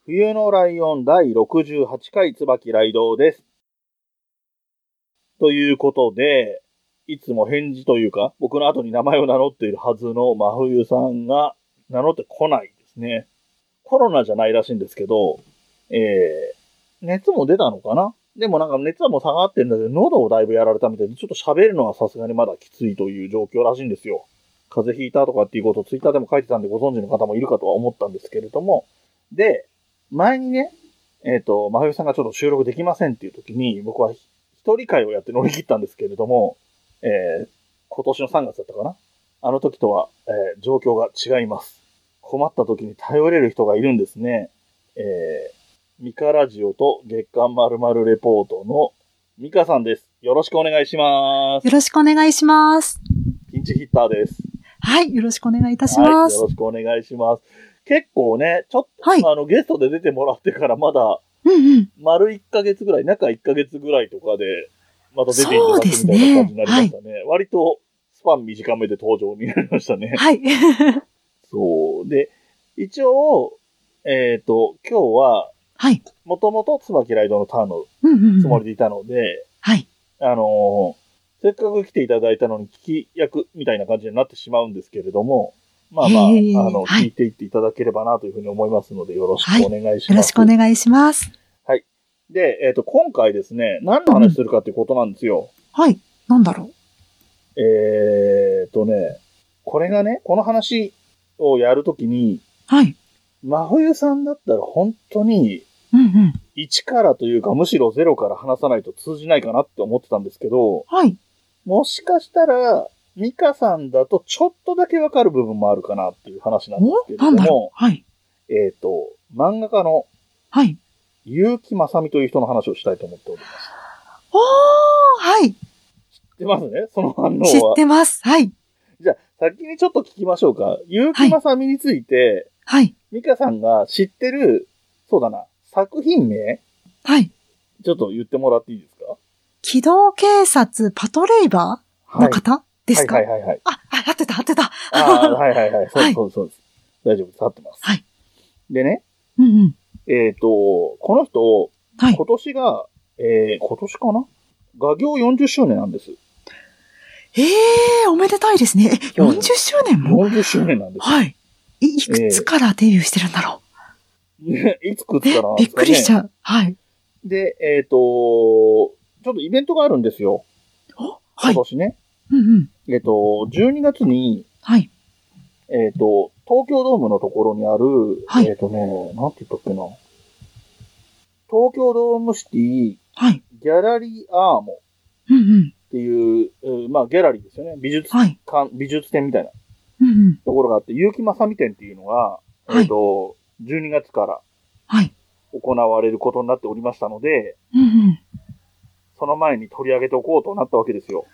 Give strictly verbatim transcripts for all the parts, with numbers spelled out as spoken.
冬のライオンだいろくじゅうはちかい椿ライドです。ということで、いつも返事というか、僕の後に名前を名乗っているはずの真冬さんが名乗ってこないですね。コロナじゃないらしいんですけど、えー、熱も出たのかな？でもなんか熱はもう下がってるんだけど、喉をだいぶやられたみたいで、ちょっと喋るのはさすがにまだきついという状況らしいんですよ。風邪ひいたとかっていうことをツイッターでも書いてたんでご存知の方もいるかとは思ったんですけれども、で、前にね、えっと、真冬さんがちょっと収録できませんっていう時に、僕は一人会をやって乗り切ったんですけれども、えー、今年のさんがつだったかな？あの時とは、えー、状況が違います。困った時に頼れる人がいるんですね。えー、ミカラジオと月刊〇〇レポートのミカさんです。よろしくお願いします。 よろしくお願いします。 ピンチヒッターです。 はい、よろしくお願いいたします。 はい、よろしくお願いします。結構ね、ちょっと、 はい、 あの、ゲストで出てもらってからまだ、 うんうん、 丸いっかげつぐらい、中いっかげつぐらいとかで、また出ていただくみたいな感じになりましたね。ね、はい、割とスパン短めで登場になりましたね。 はい。 そう。で、一応、えっと、今日は、 はい。 もともと椿ライドのターンのつもりでいたので、うんうんうん、 はい。 あのー、せっかく来ていただいたのに聞き役みたいな感じになってしまうんですけれども、まあまあ、あの、はい、聞いていっていただければなというふうに思いますので、よろしくお願いします。はい、 よろしくお願いします。 はい。で、えっと、今回ですね、何の話するかっていうことなんですよ。 うん、はい。なんだろう。えーっとね、これがね、この話をやるときに、 はい。 真冬さんだったら本当に、 うんうん。 いちからというか、むしろゼロから話さないと通じないかなって思ってたんですけど、 はい。 もしかしたら、ミカさんだとちょっとだけわかる部分もあるかなっていう話なんですけれども、 はい。 えっと、漫画家の、 はい。 結城正美という人の話をしたいと思っております。 おー、はい。知ってますね、その反応は。 知ってます。はい。 じゃあ、先にちょっと聞きましょうか。結城正美について、 はい。 ミカさんが知ってる、そうだな、作品名？ はい。 ちょっと言ってもらっていいですか？ 機動警察パトレイバーの方、はい、ですか？ はいはいはいはい。 あ、合ってた合ってた。 ああ、はいはいはい。そうですそうですそうです。大丈夫です。合ってます。 はい。 でね。 うんうん。 えっと、この人、 はい、 今年が、えー、今年かな？画業よんじゅっしゅうねんなんです。 ええー、おめでたいですね。え、よんじゅっしゅうねんも ? よんじゅっしゅうねんなんです。 はい。い、いくつからデビューしてるんだろう。ね、いつくつからなんですかね。びっくりしちゃう。はい。 で、えっと、ちょっとイベントがあるんですよ。 おはい。 今年ね。 うんうん。 えっと、じゅうにがつに、 はい。 えっと、東京ドームのところにある、 はい、 えっとね、なんて言ったっけな。東京ドームシティ、 はい、 ギャラリーアーモっていう、うんうん、まあギャラリーですよね。美術館、はい、美術展みたいなところがあって、結城正美展っていうのが、はい、えっと、じゅうにがつから行われることになっておりましたので、 うんうん、 その前に取り上げておこうとなったわけですよ。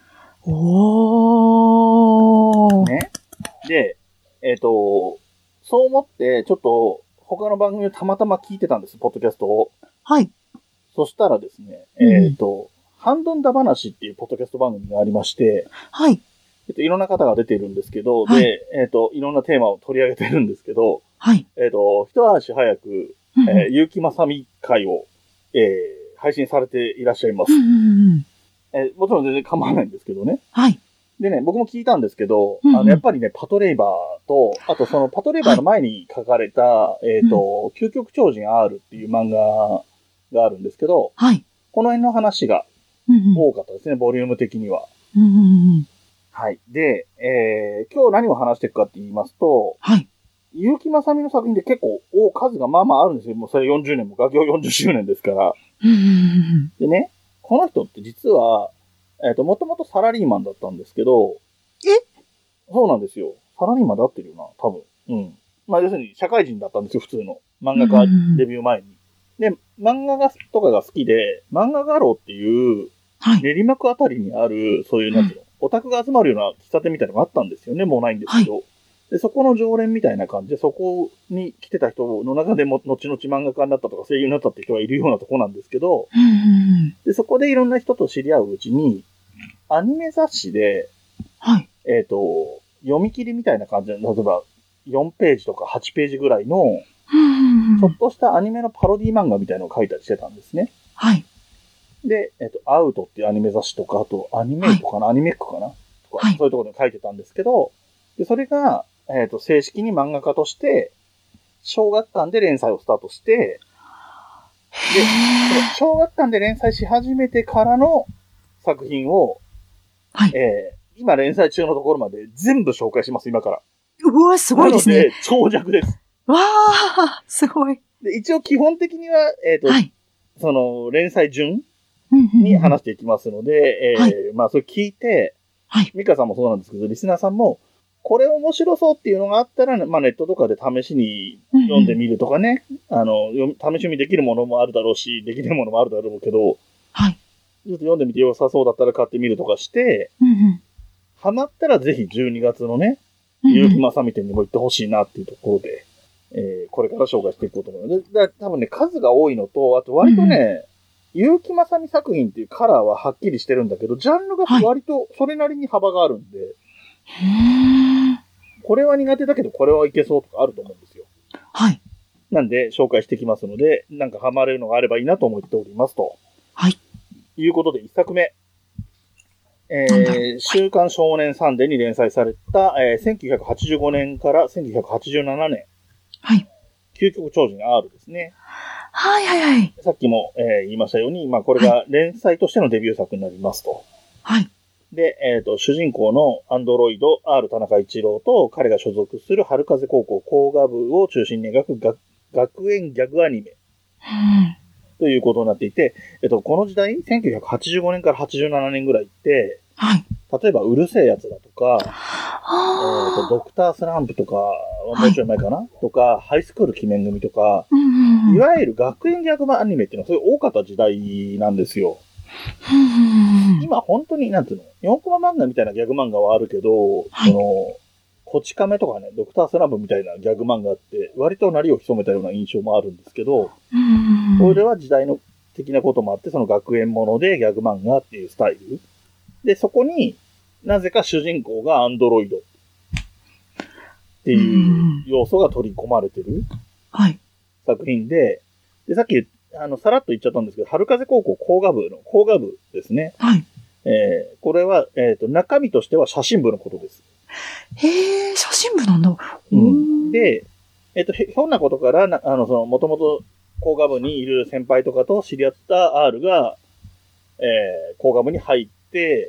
おー。 ね。で、えっと、そう思って、ちょっと、他の番組をたまたま聞いてたんです、ポッドキャストを。 はい。 そしたらですね、うん、えっと、ハンドンダ話っていうポッドキャスト番組がありまして、 はい。 えっと、いろんな方が出てるんですけど、 はい、 で、えっと、いろんなテーマを取り上げてるんですけど、 はい。 えっと、一足早く、うんうん、えー、結城正美会を、えー、配信されていらっしゃいます。 うんうんうんえー、もちろん全然構わないんですけどね。 はい。 でね、僕も聞いたんですけど、 うんうん、 あの、やっぱりね、パトレイバーと、あとそのパトレイバーの前に書かれた、はい、えっと、うん、究極超人 R っていう漫画があるんですけど、 はい。 この辺の話が多かったですね、うんうん、ボリューム的には。 うんうんうん、 はい。で、えー、今日何を話していくかって言いますと、 はい。 結城正美の作品で結構、お数がまあまああるんですよ。もうそれよんじゅうねんも、画業よんじゅっしゅうねんですから。 うんうんうん、 でね、この人って実は、えっと、もともとサラリーマンだったんですけど、 えそうなんですよ。サラリーマンで合ってるよな、多分。うん。まあ、要するに社会人だったんですよ、普通の。漫画家デビュー前に。で、漫画がとかが好きで、漫画画廊っていう、練馬区あたりにある、そういう、なんていうの、オタクが集まるような喫茶店みたいなのがあったんですよね。もうないんですけど。はい、で、そこの常連みたいな感じで、そこに来てた人の中でも、後々漫画家になったとか声優になったって人がいるようなとこなんですけど、で、そこでいろんな人と知り合ううちに、アニメ雑誌で、 はい、 えっと、読み切りみたいな感じで、例えばよんページとかはちページぐらいのうんうんちょっとしたアニメのパロディ漫画みたいなのを書いたりしてたんですね。 はい。 で、えっと、アウトっていうアニメ雑誌とか、あとアニメイトかな、はい、アニメックかなとか、はい、そういうところで書いてたんですけど、でそれが、えっと、正式に漫画家として、小学館で連載をスタートして、で、小学館で連載し始めてからの作品を、はい、えー、今連載中のところまで全部紹介します、今から。 うわ、すごいですね。 なので、長尺です。 わー、すごい。 で一応基本的には、えっと、はい、その、連載順に話していきますので、えーはい、まあ、それ聞いて、はい、ミカさんもそうなんですけど、リスナーさんも、これ面白そうっていうのがあったら、まあ、ネットとかで試しに読んでみるとかね、うんうん、あの、試し読みできるものもあるだろうし、できないものもあるだろうけど、はい。ちょっと読んでみて良さそうだったら買ってみるとかして、うんうん、ハマったらぜひじゅうにがつのね、結城正美展にも行ってほしいなっていうところで、えー、これから紹介していこうと思います。で、多分ね、数が多いのと、あと割とね、うん、結城正美作品っていうカラーははっきりしてるんだけど、ジャンルが割とそれなりに幅があるんで、はい、これは苦手だけどこれはいけそうとかあると思うんですよ。はい。なんで紹介してきますので、なんかハマれるのがあればいいなと思っておりますと。はい。いうことでいっさくめ。えー、週刊少年サンデーに連載された、えー、せんきゅうひゃくはちじゅうごねんからせんきゅうひゃくはちじゅうななねん。はい。究極超人 R ですね。 はいはいはい。 さっきも、えー、言いましたように、まあこれが連載としてのデビュー作になりますと。はい。で、えっと、主人公のアンドロイド R 田中一郎と彼が所属する春風高校工学部を中心に描く学、学園ギャグアニメ。うん。ということになっていて、えっと、この時代、せんきゅうひゃくはちじゅうごねんからはちじゅうななねんぐらいって、はい。例えば、うるせえやつだとか、えっと、ドクタースランプとか、もうちょい前かな、はい、とか、ハイスクール鬼面組とか、うんうんうん、いわゆる学園ギャグアニメっていうのはそういう多かった時代なんですよ。うんうん、今、本当に、なんていうの、よんコマ漫画みたいなギャグ漫画はあるけど、はい、その、こち亀とかね、ドクタースランプみたいなギャグ漫画って、割と鳴りを潜めたような印象もあるんですけど、うんうん、これは時代の的なこともあって、その学園ものでギャグ漫画っていうスタイル。で、そこになぜか主人公がアンドロイドっていう要素が取り込まれてる作品で、で、さっき、あの、さらっと言っちゃったんですけど、春風高校工学部の工学部ですね。はい。えー、これは、えっと、中身としては写真部のことです。 へー、写真部なんだ。 うん。で、えっと、ひょんなことから、なあの、その、もともと工学部にいる先輩とかと知り合った R が、えー、工学部に入って、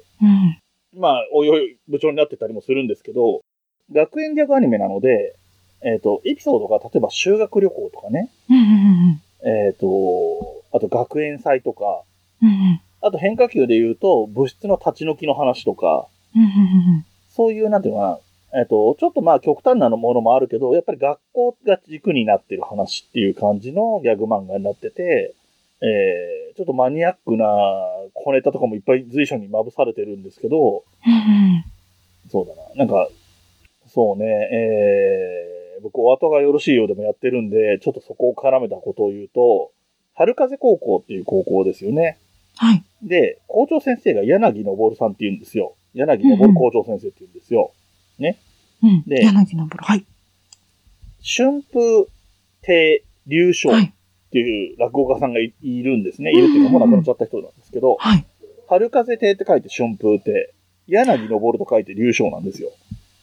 うん、まあ、おいおい部長になってたりもするんですけど、学園ギャグアニメなので、えっと、エピソードが例えば修学旅行とかね、うんうんうん、えっと、あと学園祭とか、うんうん、あと変化球で言うと、部室の立ち退きの話とか、うんうんうん、そういう、なんていうのかな、えっと、ちょっとまあ極端なものもあるけど、やっぱり学校が軸になってる話っていう感じのギャグ漫画になってて、えー、ちょっとマニアックな小ネタとかもいっぱい随所にまぶされてるんですけど、うんうん、そうだな、なんか、そうね、えー、僕お後がよろしいようでもやってるんで、ちょっとそこを絡めたことを言うと、春風高校っていう高校ですよね。はい。で、校長先生が柳昇さんって言うんですよ。柳昇校長先生って言うんですよ。うんうん、ね。 うん。で、柳昇、はい。 春風亭柳昇っていう落語家さんが い, いるんですね。いるっていうかもう亡くなっちゃった人なんですけど、はい。春風亭って書いて春風亭。柳昇と書いて柳昇なんですよ。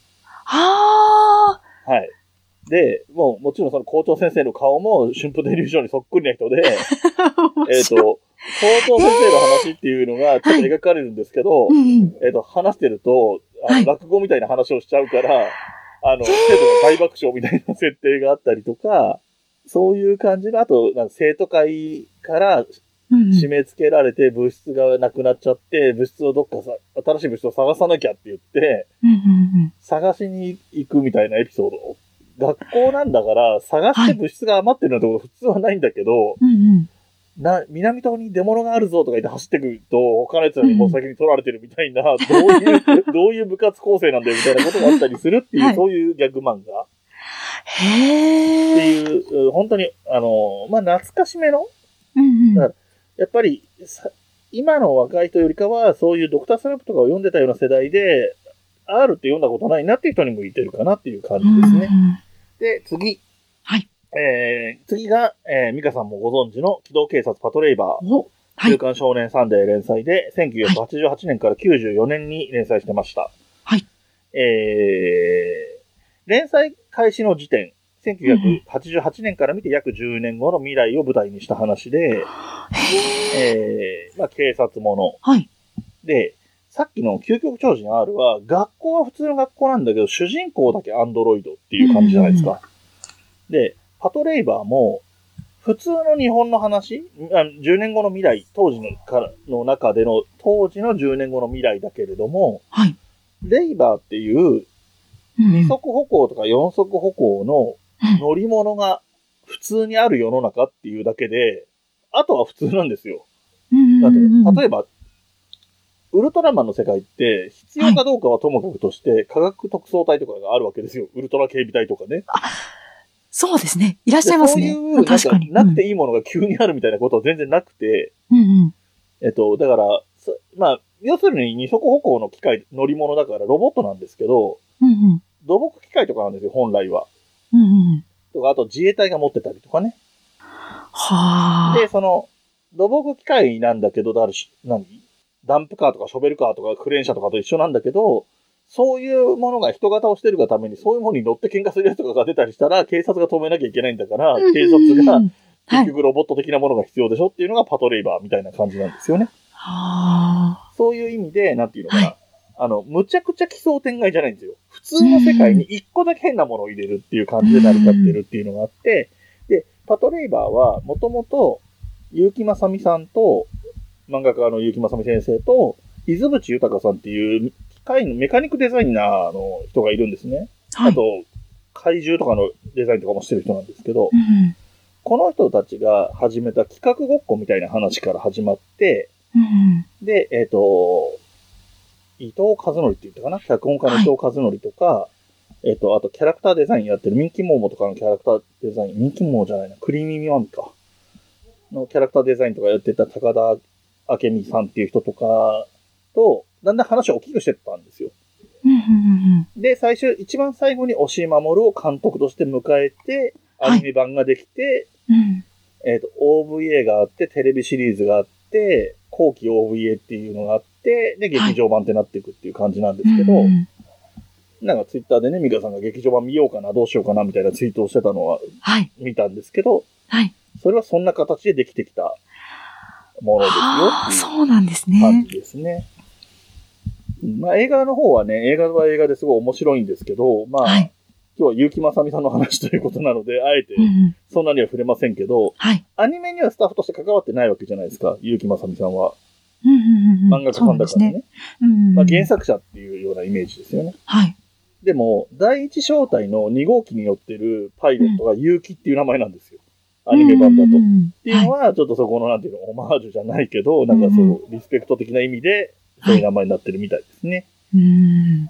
はー。はい。で、もうもちろんその校長先生の顔も春風亭柳昇にそっくりな人で、えっと、校長先生の話っていうのがちょっと描かれるんですけど、えーはい、えっと、話してると、あの、はい、落語みたいな話をしちゃうから、あの、生徒が大爆笑みたいな設定があったりとか、そういう感じの、あと、なんか生徒会から締め付けられて物質がなくなっちゃって、物質をどっかさ、新しい物質を探さなきゃって言って、探しに行くみたいなエピソード。学校なんだから、探して物質が余ってるなんてこと普通はないんだけど、はいな、南島に出物があるぞとか言って走ってくると、他のやつらにもう先に取られてるみたいな、うん、どういう、どういう部活構成なんだよみたいなことがあったりするっていう、はい、そういうギャグ漫画。へー。っていう、本当に、あの、まあ、懐かしめの、うんうん、だからやっぱりさ、今の若い人よりかは、そういうドクタースランプとかを読んでたような世代で、R って読んだことないなっていう人に向いてるかなっていう感じですね。うんうん、で、次。はい。 えー、次が、えー、ミカさんもご存知の機動警察パトレイバー。 お、はい週。刊少年サンデー連載で、せんきゅうひゃくはちじゅうはちねんからきゅうじゅうよねんに連載してました。 はい。 えー、連載開始の時点、せんきゅうひゃくはちじゅうはちねんから見て約じゅうねんごの未来を舞台にした話で、 へー。 えー、まあ警察もの。 はい。 で、さっきの究極超人 R は、学校は普通の学校なんだけど、主人公だけアンドロイドっていう感じじゃないですか。で、パトレイバーも、普通の日本の話、じゅうねんごの未来、当時のからの中での、当時のじゅうねんごの未来だけれども、 はい。 レイバーっていう二足歩行とか四足歩行の乗り物が普通にある世の中っていうだけで、あとは普通なんですよ。だって例えば、ウルトラマンの世界って必要かどうかはともかくとして、はい、科学特捜隊とかがあるわけですよ。ウルトラ警備隊とかね。 あ、そうですね。いらっしゃいますね。 そういう、なんか、なくていいものが急にあるみたいなことは全然なくて、 うんうん、 えっと、だから、まあ、要するに二足歩行の機械、乗り物だからロボットなんですけど、 うんうん、 土木機械とかなんですよ、本来は。 うんうん、 とか、あと自衛隊が持ってたりとかね。 はあ。 で、その、土木機械なんだけど、だからし、何ダンプカーとかショベルカーとかクレーン車とかと一緒なんだけど、そういうものが人型をしてるがために、そういうものに乗って喧嘩するやつとかが出たりしたら、警察が止めなきゃいけないんだから、うんうんうん、警察が、結局ロボット的なものが必要でしょっていうのがパトレイバーみたいな感じなんですよね。 はあ。 そういう意味で、なんていうのかな。はい、あの、むちゃくちゃ奇想天外じゃないんですよ。普通の世界に一個だけ変なものを入れるっていう感じで成り立ってるっていうのがあって、で、パトレイバーは、もともと、結城正美さんと、漫画家の結城正美先生と、伊豆淵豊さんっていう機械のメカニックデザイナーの人がいるんですね。はい、あと、怪獣とかのデザインとかもしてる人なんですけど、 うん、 この人たちが始めた企画ごっこみたいな話から始まって、 うん、 で、えっと、伊藤和則って言ったかな脚本家の伊藤和則とか、はい、えっと、あとキャラクターデザインやってるミンキモーモとかのキャラクターデザイン、ミンキモーモじゃないな、クリーミーマミか。のキャラクターデザインとかやってた高田明美さんっていう人とかと、だんだん話を大きくしてったんですよ。で、最終、一番最後に押井守を監督として迎えて、アニメ版ができて、 はいうん、 えっと、オーブイエー があって、テレビシリーズがあって、後期 オーブイエー っていうのがあって、で、劇場版ってなっていくっていう感じなんですけど、はい、なんかツイッターでね、ミカさんが劇場版見ようかな、どうしようかな、みたいなツイートをしてたのは、見たんですけど、 はい、 それはそんな形でできてきたものですよ。 あ、そうなんですね。 感じですね。まあ映画の方はね、映画は映画ですごい面白いんですけど、まあ、はい、今日は結城正美さんの話ということなので、あえてそんなには触れませんけど、 うんはい、 アニメにはスタッフとして関わってないわけじゃないですか、結城正美さんは。 うんうんうん、 漫画家さんだからね。 ねうんうん、 まあ、原作者っていうようなイメージですよね。 はい。 でも、第一小隊のに号機に乗ってるパイロットが結城っていう名前なんですよ。アニメ版だと。っていうのは、ちょっとそこの、なんていうの、オマージュじゃないけど、なんかそう、リスペクト的な意味で、そういう名前になってるみたいですね。 はい、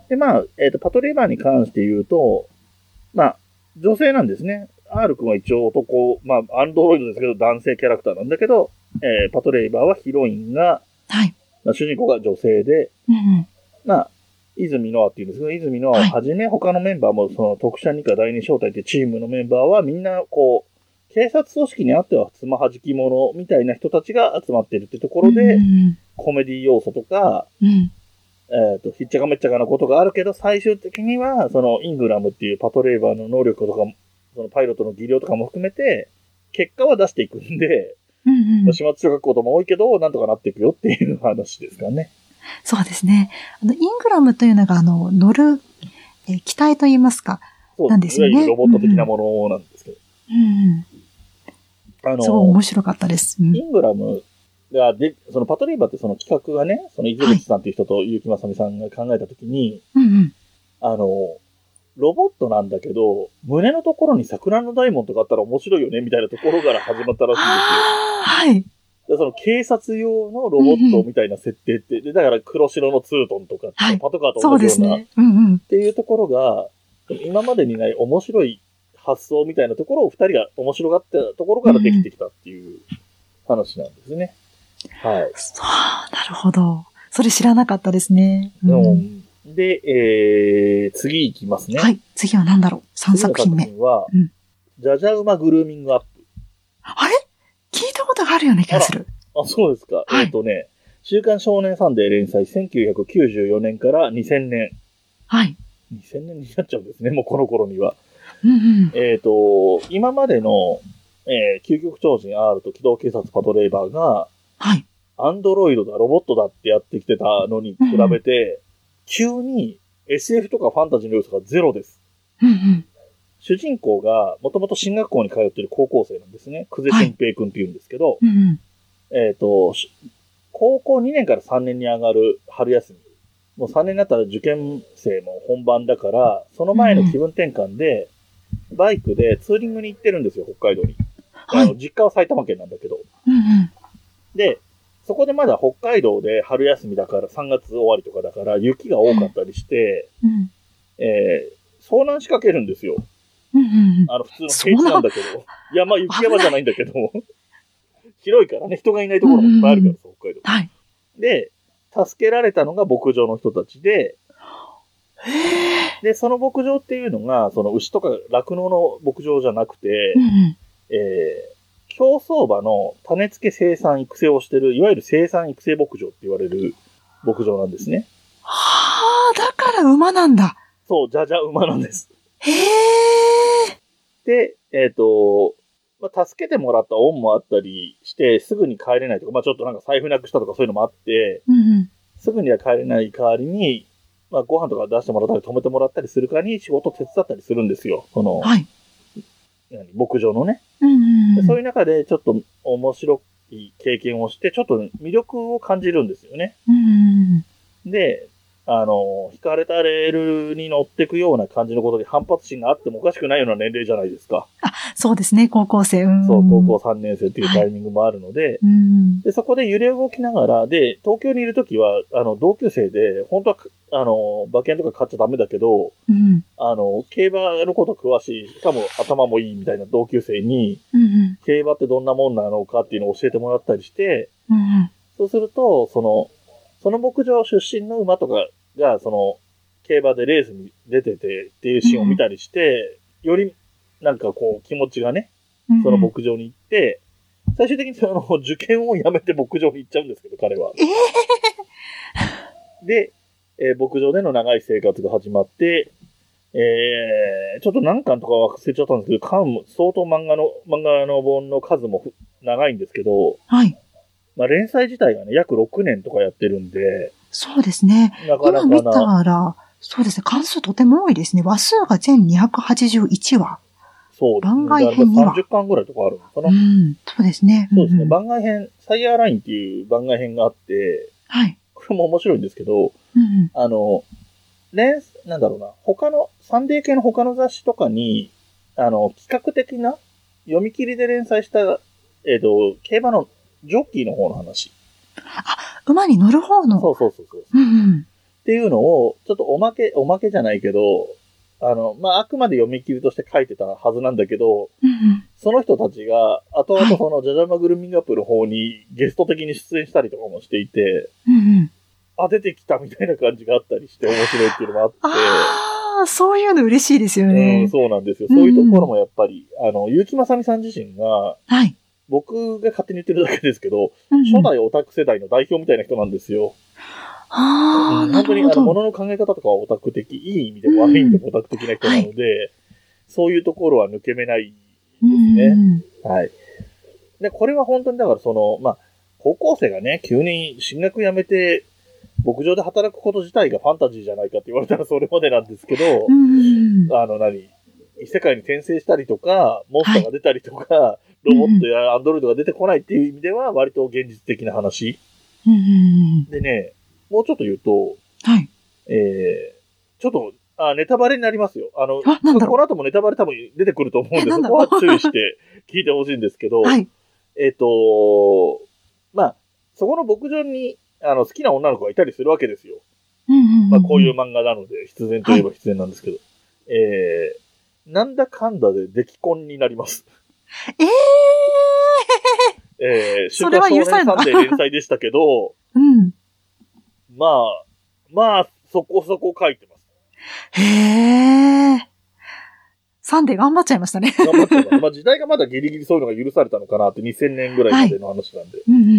で、まあ、えっと、パトレイバーに関して言うと、まあ、女性なんですね。R 君は一応男、まあ、アンドロイドですけど、男性キャラクターなんだけど、えー、パトレイバーはヒロインが、 はい。 まあ、主人公が女性で、 うんうん、 まあ、泉ノアっていうんですけど、泉ノアをはじめ、はい、他のメンバーも、その特殊二課第二小隊ってチームのメンバーはみんな、こう、警察組織にあってはつまはじき者みたいな人たちが集まってるってところで、うん、コメディ要素とか、 うんえっと、ひっちゃかめっちゃかなことがあるけど、最終的には、そのイングラムっていうパトレイバーの能力とか、そのパイロットの技量とかも含めて、結果は出していくんで、 うんうん、 始末書書くことも多いけど、なんとかなっていくよっていう話ですかね。 そうですね。あの、イングラムというのが、あの、乗る、えー、機体といいますか、なんですよね。 いわゆるロボット的なものなんですけど。 うんうんあの、 すごい面白かったです。うん、 イングラムがで、そのパトレイバーってその企画がね、その伊豆口さんっていう人と結城正美さんが考えたときに、 はいうんうん、 あの、ロボットなんだけど、胸のところに桜の大門とかあったら面白いよね、みたいなところから始まったらしいんですよ。 はい。 でその警察用のロボットみたいな設定って、うんうん、でだから黒白のツートンとか、はい、パトカーと同じような、 ねうんうん、 っていうところが、今までにない面白い発想みたいなところを二人が面白がってたところからできてきたっていう話なんですね。うん、はい。 そう、なるほど。それ知らなかったですね。 うん、で、えー、次いきますね。 はい。次は何だろう。さんさく品目。 次の作品は、 うん、 ジャジャ馬グルーミングアップ。 あれ聞いたことがあるよね、気がする。 あ、そうですか。はい、えっ、ー、とね、週刊少年サンデー連載せんきゅうひゃくきゅうじゅうよねんからにせんねん。 はい。 にせんねんになっちゃうんですね、もうこの頃には。 うんうん、 えっ、ー、と、今までの、えー、究極超人 R と機動警察パトレーバーが、 はい。 アンドロイドだ、ロボットだってやってきてたのに比べて、うん、急に エスエフ とかファンタジーの要素がゼロです。 うんうん、 主人公がもともと進学校に通っている高校生なんですね。久世俊平くんって言うんですけど、 はいうんうん、 えっ、ー、と、高校にねんからさんねんに上がる春休み。もうさんねんになったら受験生も本番だから、その前の気分転換で、バイクでツーリングに行ってるんですよ、北海道に。はい、あの実家は埼玉県なんだけど、 うんうん。 で、そこでまだ北海道で春休みだからさんがつ終わりとかだから雪が多かったりして、 うんうんえー、遭難しかけるんですよ。 うんうん、 あの普通の平地なんだけど。山、雪山じゃないんだけど。広いからね、人がいないところもいっぱいあるからさ、うんうん、北海道。 はい。 で、助けられたのが牧場の人たちで、で、その牧場っていうのが、その牛とか酪農の牧場じゃなくて、 うんうん、 えー、競走馬の種付け生産育成をしてる、いわゆる生産育成牧場って言われる牧場なんですね。 はあ、だから馬なんだ。 そう、じゃじゃ馬なんです。 へえ。 で、えっ、ー、と、まあ、助けてもらった恩もあったりして、すぐに帰れないとか、まあちょっとなんか財布なくしたとかそういうのもあって、 うんうん、 すぐには帰れない代わりに、まあご飯とか出してもらったり止めてもらったりするからに仕事手伝ったりするんですよ。その、 はい。 何牧場のね、 うんうんうんで。そういう中でちょっと面白い経験をして、ちょっと魅力を感じるんですよね。 うんうんうん、で、あの、引かれたレールに乗っていくような感じのことで反発心があってもおかしくないような年齢じゃないですか。 あ、そうですね、高校生。うん、 そう、高校さんねん生っていうタイミングもあるので、はいうん、 で、そこで揺れ動きながら、で、東京にいるときは、あの、同級生で、本当は、あの、馬券とか買っちゃダメだけど、 うん、 あの、競馬のこと詳しい、しかも頭もいいみたいな同級生に、 うん、 競馬ってどんなもんなのかっていうのを教えてもらったりして、 うん、 そうすると、その、その牧場出身の馬とかが、その、競馬でレースに出ててっていうシーンを見たりして、うん、より、なんかこう、気持ちがね、その牧場に行って、最終的にその受験をやめて牧場に行っちゃうんですけど、彼は。 えー、で、えー、牧場での長い生活が始まって、えー、ちょっと何巻とか忘れちゃったんですけど、巻も相当漫画の、漫画の本の数も長いんですけど、 はい。 まあ連載自体がね、約ろくねんとかやってるんで、 そうですね。なかなかな今見たら、そうですね、関数とても多いですね。話数が全にひゃくはちじゅういちわ。 そう。 番外編には。 さんじゅっかんぐらいとかあるのかな。 うん、そうですね。 そうですね。うん、番外編、サイヤーラインっていう番外編があって、 はい。 これも面白いんですけど、 うん、 あの、連、なんだろうな、他の、サンデー系の他の雑誌とかに、あの、企画的な読み切りで連載した、えっと、競馬のジョッキーの方の話。 あ、馬に乗る方の。 そうそうそうそう。 うんうん、 っていうのを、ちょっとおまけ、おまけじゃないけど、あの、まあ、あくまで読み切りとして書いてたはずなんだけど、 うんうん、 その人たちが、後々その、ジャジャマグルーミングアップの方にゲスト的に出演したりとかもしていて、 うんうん、 あ、出てきたみたいな感じがあったりして面白いっていうのもあって。 ああ、そういうの嬉しいですよね。 うん、そうなんですよ。そういうところもやっぱり、うん、あの、結城まさみさん自身が、 はい。 僕が勝手に言ってるだけですけど、 うんうん、 初代オタク世代の代表みたいな人なんですよ。 ああ、 うん、本当にあの、物の考え方とかはオタク的、いい意味でも悪い意味でもオタク的な人なので、うんはい、そういうところは抜け目ないですね。うんうん、はい。で、これは本当にだからその、まあ、高校生がね、急に進学やめて、牧場で働くこと自体がファンタジーじゃないかって言われたらそれまでなんですけど、 うんうん、 あの何、異世界に転生したりとか、モンスターが出たりとか、はい、ロボットやアンドロイドが出てこないっていう意味では、割と現実的な話。 うんうん、 でね、もうちょっと言うと、 はい。 えー、ちょっと、あ、ネタバレになりますよ。あの、 あ、なんだろう。 この後もネタバレ多分出てくると思うんで、そこは注意して聞いてほしいんですけど、 はい。 えっと、まあ、そこの牧場に、あの、好きな女の子がいたりするわけですよ。 うんうんうんうん、 まあ、こういう漫画なので、必然といえば必然なんですけど、はい、えー、なんだかんだで出来婚になります。 えーえー、週刊少年サンデー連載でしたけど、 うん。 まあ、まあ、そこそこ書いてます。 へー。 サンデー頑張っちゃいましたね。 頑張っちゃいました。まあ時代がまだギリギリそういうのが許されたのかなってにせんねんぐらいまでの話なんで。はい、 うんうんうん、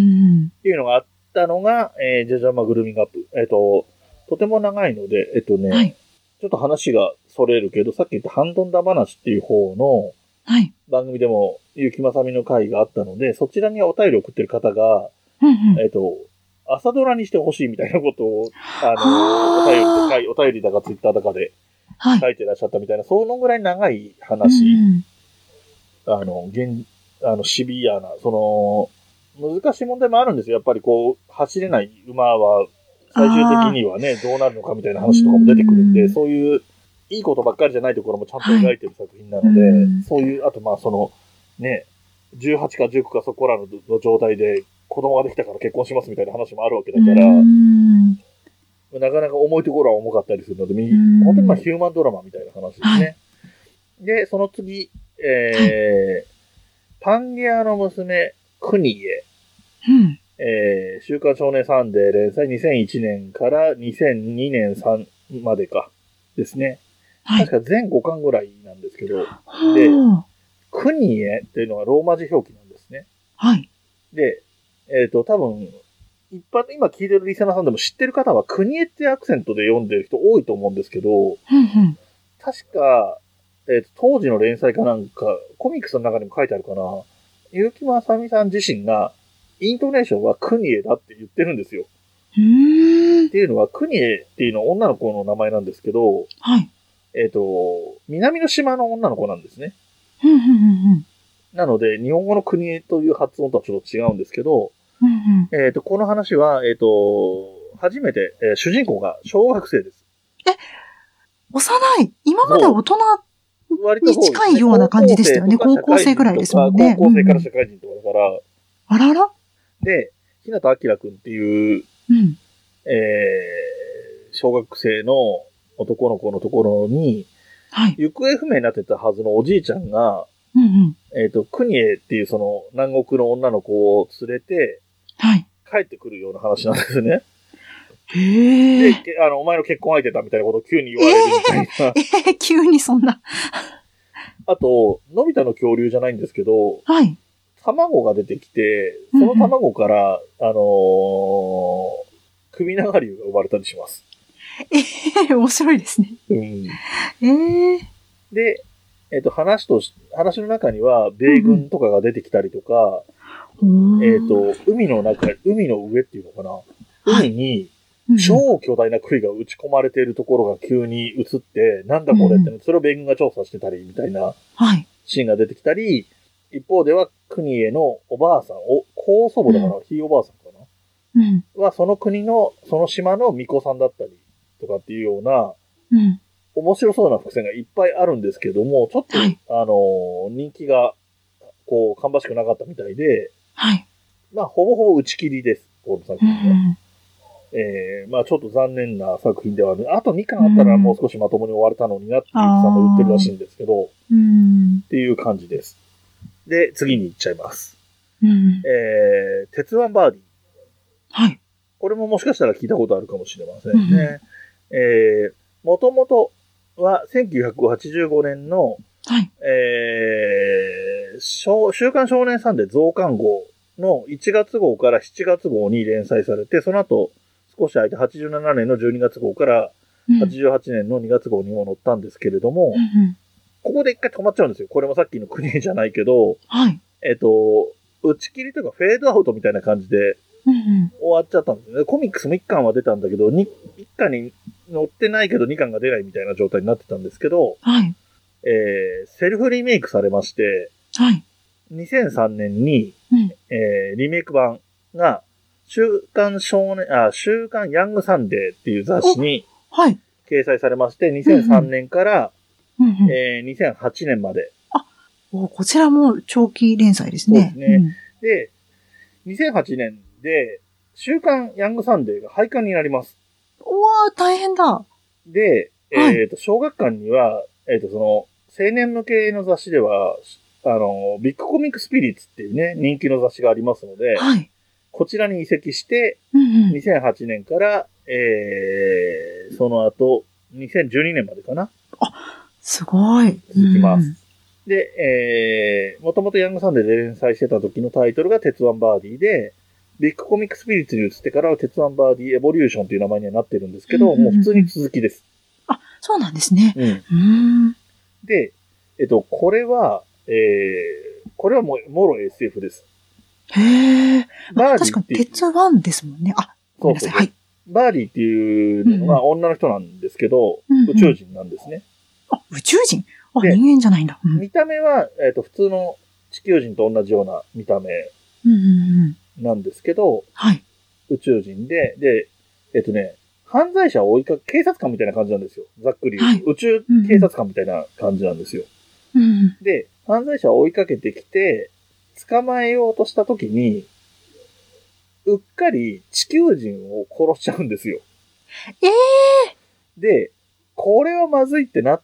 っていうのがあったのが、えー、ジャジャマグルーミングアップ。えっ、ー、と、とても長いので、えっ、ー、とね、はい、ちょっと話がそれるけど、さっき言ったハンドンダ話っていう方の番組でも、ゆきまさみの回があったので、そちらにお便りを送ってる方が、 うんうん、 えっ、ー、と、朝ドラにしてほしいみたいなことを、あの、お便りで、お便りだかツイッターだかで書いてらっしゃったみたいな、はい、そのぐらい長い話、うんうん、あの、現、あの、シビアな、その、難しい問題もあるんですよ。やっぱりこう、走れない馬は、最終的にはね、どうなるのかみたいな話とかも出てくるんで、そういう、いいことばっかりじゃないところもちゃんと描いてる作品なので、はい、そういう、あとまあその、ね、じゅうはちかじゅうきゅうかそこらの状態で、子供ができたから結婚しますみたいな話もあるわけだから、なかなか重いところは重かったりするので、本当にまあヒューマンドラマみたいな話ですね。はい、で、その次、えー、パンゲアの娘、クニエ。 うんえー、週刊少年サンデー連載にせんいちねんからにせんにねんさんまでかですね。はい、確か全ごかんぐらいなんですけど、で、クニエっていうのはローマ字表記なんですね。 はい。 で、えっ、ー、と、多分、一般、今聞いてるリスナーさんでも知ってる方は、クニエってアクセントで読んでる人多いと思うんですけど、 うんうん、 確か、えっ、ー、と、当時の連載かなんか、コミックスの中にも書いてあるかな、結城まさみさん自身が、イントネーションはクニエだって言ってるんですよ。 うーんっていうのは、クニエっていうのは女の子の名前なんですけど、 はい。 えっ、ー、と、南の島の女の子なんですね。 うんうんうんうん、 なので、日本語のクニエという発音とはちょっと違うんですけど、 うんうん、 えっ、ー、と、この話は、えっ、ー、と、初めて、えー、主人公が小学生です。 え、幼い今まで大人に近いような感じでしたよね。高校生ぐらいですもんね。 高校生から社会人とかだから。うんうん、 あららで、日向明くんっていう、 うん、 えー、小学生の男の子のところに、 はい、 行方不明になってたはずのおじいちゃんが、 うんうん、 えっと、クニエっていうその南国の女の子を連れて、 はい、 帰ってくるような話なんですね。 へー。 で、あの、お前の結婚相手だみたいなことを急に言われるみたいな。 えー、えー、急にそんな。 あと、のび太の恐竜じゃないんですけど、 はい。 卵が出てきて、その卵から、うんうん、あのー、首長竜が生まれたりします。 ええー、面白いですね。 うん。 ええー。 で、えっと、話とし、話の中には、米軍とかが出てきたりとか、 うん、 えっと、海の中、海の上っていうのかな、海に、超巨大な杭が打ち込まれているところが急に映って、なんだこれって、それを米軍が調査してたり、みたいなシーンが出てきたり、一方では、国へのおばあさん、お、高祖母だから、ひいおばあさんかな、うん、は、その国の、その島の巫女さんだったり、とかっていうような、 うん、 面白そうな伏線がいっぱいあるんですけども、ちょっと、はい、あの、人気が、こう、芳しくなかったみたいで、 はい。 まあ、ほぼほぼ打ち切りです、この作品は。うん、えー、まあ、ちょっと残念な作品ではある。あとにかんあったらもう少しまともに終われたのになって、ゆきさんも言ってるらしいんですけど、 うん、 っていう感じです。で、次に行っちゃいます。 うん、 えー、鉄腕バーディー。 はい。 これももしかしたら聞いたことあるかもしれませんね。うん、えー、もともとはせんきゅうひゃくはちじゅうごねんの、 はい。 えー、週刊少年サンデー増刊号のいちがつ号からしちがつ号に連載されて、その後少し空いてはちじゅうななねんのじゅうにがつ号からはちじゅうはちねんのにがつ号にも載ったんですけれども、 うんうん、 ここで一回止まっちゃうんですよ。これもさっきの国じゃないけど、 はい。 えっと、打ち切りというかフェードアウトみたいな感じで終わっちゃったんですね。コミックスもいっかんは出たんだけど、いっかんに載ってないけどにかんが出ないみたいな状態になってたんですけど、 はい。 えー、セルフリメイクされまして、 はい。 にせんさんねんに、うん、えー、リメイク版が、週刊少年、あ、週刊ヤングサンデーっていう雑誌に、 はい。 掲載されまして、にせんさんねんから、 うんうん、 えー、にせんはちねんまで。 あ、こちらも長期連載ですね。 そうですね。うん、で、にせんはちねんで、週刊ヤングサンデーが廃刊になります。 うわー、大変だ。 で、はい、えっと、小学館には、えっと、その、青年向けの雑誌では、あの、ビッグコミックスピリッツっていうね、人気の雑誌がありますので、 はい、 こちらに移籍して、 うんうん、 にせんはちねんから、えー、その後、にせんじゅうにねんまでかな。 あ、 すごい。 続きます。うん、で、えー、もともとヤングサンデーで連載してた時のタイトルが鉄腕バーディーで、ビッグコミックスピリッツに移ってからは鉄腕バーディーエボリューションという名前にはなってるんですけど、うんうんうん、もう普通に続きです。 あ、そうなんですね。 うん。うんで、えっと、これは、えー、これはもう、もろ エスエフ です。 へー。バーディー確かに鉄腕ですもんね。あ、ごめんなさい。そうそうそうはい。 バーディーっていうのが女の人なんですけど、うんうん、宇宙人なんですね。 あ、宇宙人あ、人間じゃないんだ。 うん、見た目は、えっと、普通の地球人と同じような見た目なんですけど、うんうんうん、はい。宇宙人で、で、えっとね、犯罪者を追いかけ、警察官みたいな感じなんですよ。ざっくり言うと。はい、宇宙警察官みたいな感じなんですよ。うんうん、で、犯罪者を追いかけてきて、捕まえようとしたときに、うっかり地球人を殺しちゃうんですよ。 ええー、で、これはまずいってなって、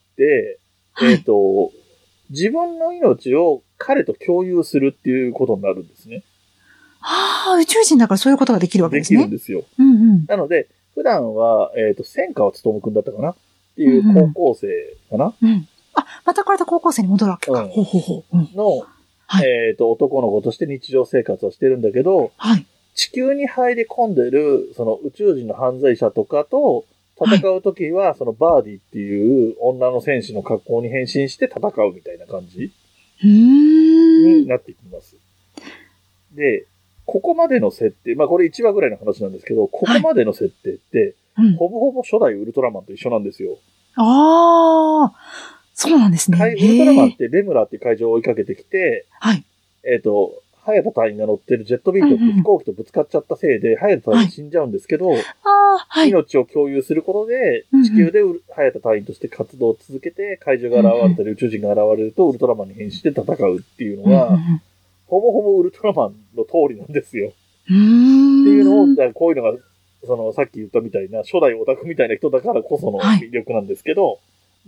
はい、えっと、自分の命を彼と共有するっていうことになるんですね。 ああ、宇宙人だからそういうことができるわけですね。 できるんですよ。 うんうん、 なので、普段は、えっと、千川勉くんだったかなっていう高校生かな、 うんうん、あ、またこれで高校生に戻るわけか。うん、ほうほうほう。うん、 の、はい、えっと、男の子として日常生活をしてるんだけど、はい、地球に入り込んでる、その宇宙人の犯罪者とかと戦うときは、はい、そのバーディーっていう女の戦士の格好に変身して戦うみたいな感じになっていきます。で、ここまでの設定、まあこれいちわぐらいの話なんですけど、ここまでの設定って、はい、ほぼほぼ初代ウルトラマンと一緒なんですよ。 ああ、そうなんですね。 ウルトラマンってレムラーっていう怪獣を追いかけてきて、 はい。 えっと、早田隊員が乗ってるジェットビートって飛行機とぶつかっちゃったせいで、早田隊員死んじゃうんですけど、はいはい、命を共有することで、地球で早田隊員として活動を続けて、怪獣が現れたり宇宙人が現れると、ウルトラマンに変身して戦うっていうのが、ほぼほぼウルトラマンの通りなんですよ。っていうのを、こういうのが、その、さっき言ったみたいな、初代オタクみたいな人だからこその魅力なんですけど、はい、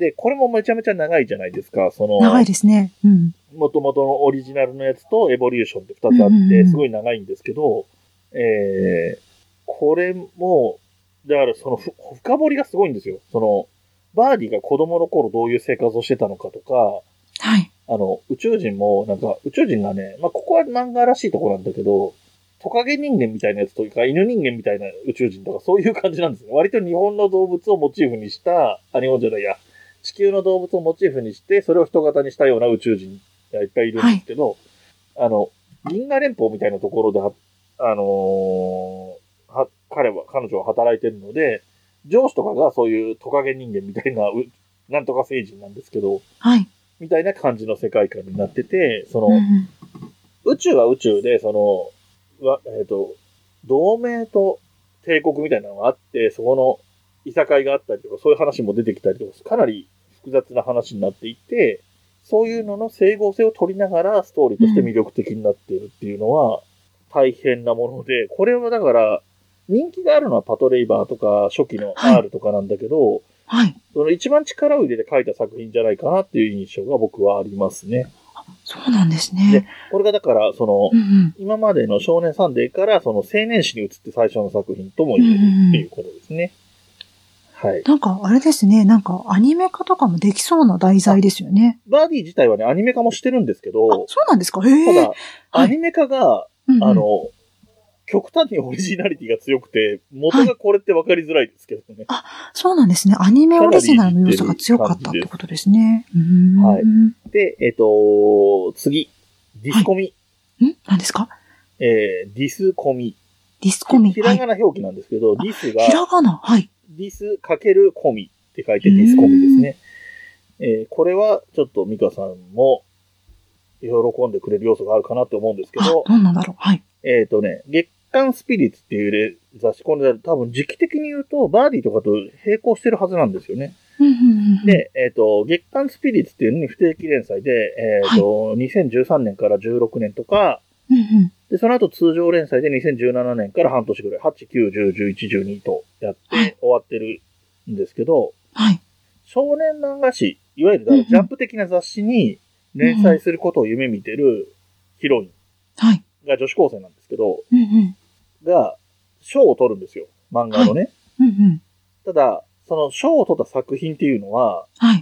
で、これもめちゃめちゃ長いじゃないですか。その、 長いですね。うん。 元々のオリジナルのやつとエボリューションって二つあって、すごい長いんですけど、えー、これも、だからそのふ、深掘りがすごいんですよ。その、バーディが子供の頃どういう生活をしてたのかとか、 はい。 あの、宇宙人も、なんか、宇宙人がね、まあ、ここは漫画らしいところなんだけど、トカゲ人間みたいなやつというか、犬人間みたいな宇宙人とか、そういう感じなんですね。割と日本の動物をモチーフにした、あ、日本じゃないや、地球の動物をモチーフにして、それを人型にしたような宇宙人がいっぱいいるんですけど、はい、あの、銀河連邦みたいなところで、あのー、は、彼は、彼女は働いてるので、上司とかがそういうトカゲ人間みたいな、なんとか星人なんですけど、 はい。 みたいな感じの世界観になってて、その、うん、宇宙は宇宙で、その、わえっと、同盟と帝国みたいなのがあって、そこのいさかいがあったりとか、そういう話も出てきたりとか、かなり複雑な話になっていて、そういうのの整合性を取りながらストーリーとして魅力的になっているっていうのは大変なもので、これはだから人気があるのはパトレイバーとか初期の R とかなんだけど、 はい。 その一番力を入れて書いた作品じゃないかなっていう印象が僕はありますね。 そうなんですね。 で、これがだから、その、うんうん、今までの少年サンデーからその青年誌に移って最初の作品とも言えるっていうことですね。うんうん、はい。 なんか、あれですね。なんか、アニメ化とかもできそうな題材ですよね。 バーディー自体はね、アニメ化もしてるんですけど、あ、 そうなんですか。へー。 ただ、アニメ化が、はい、あの、うんうん、極端にオリジナリティが強くて、元がこれって分かりづらいですけどね。 はい、あ、そうなんですね。アニメオリジナルの要素が強かったってことですね。うはい。で、えっと、次。ディスコミ。 はい、ん何ですか？ えー、ディスコミ。 ディスコミ。 ひらがな表記なんですけど、はい、ディスが、 ひらがなはい。 ディスかけるコミって書いてディスコミですね。えー、これはちょっとミカさんも喜んでくれる要素があるかなって思うんですけど、 どんなんだろうはい。 えっとね、月刊スピリッツっていう雑誌、これ多分時期的に言うと、バーディーとかと並行してるはずなんですよね。で、えっと、月刊スピリッツっていうのに不定期連載で、えっと、はい、にせんじゅうさんねんからじゅうろくねんとか、 うんうん、 で、その後通常連載でにせんじゅうななねんから半年ぐらい、はち、きゅう、じゅう、じゅういち、じゅうにとやって終わってるんですけど、 はい、 少年漫画誌、いわゆるジャンプ的な雑誌に連載することを夢見てるヒロインが女子高生なんですけど、 うんうん、 が賞を取るんですよ、漫画のね。 はいうんうん、 ただ、その賞を取った作品っていうのは、 はい、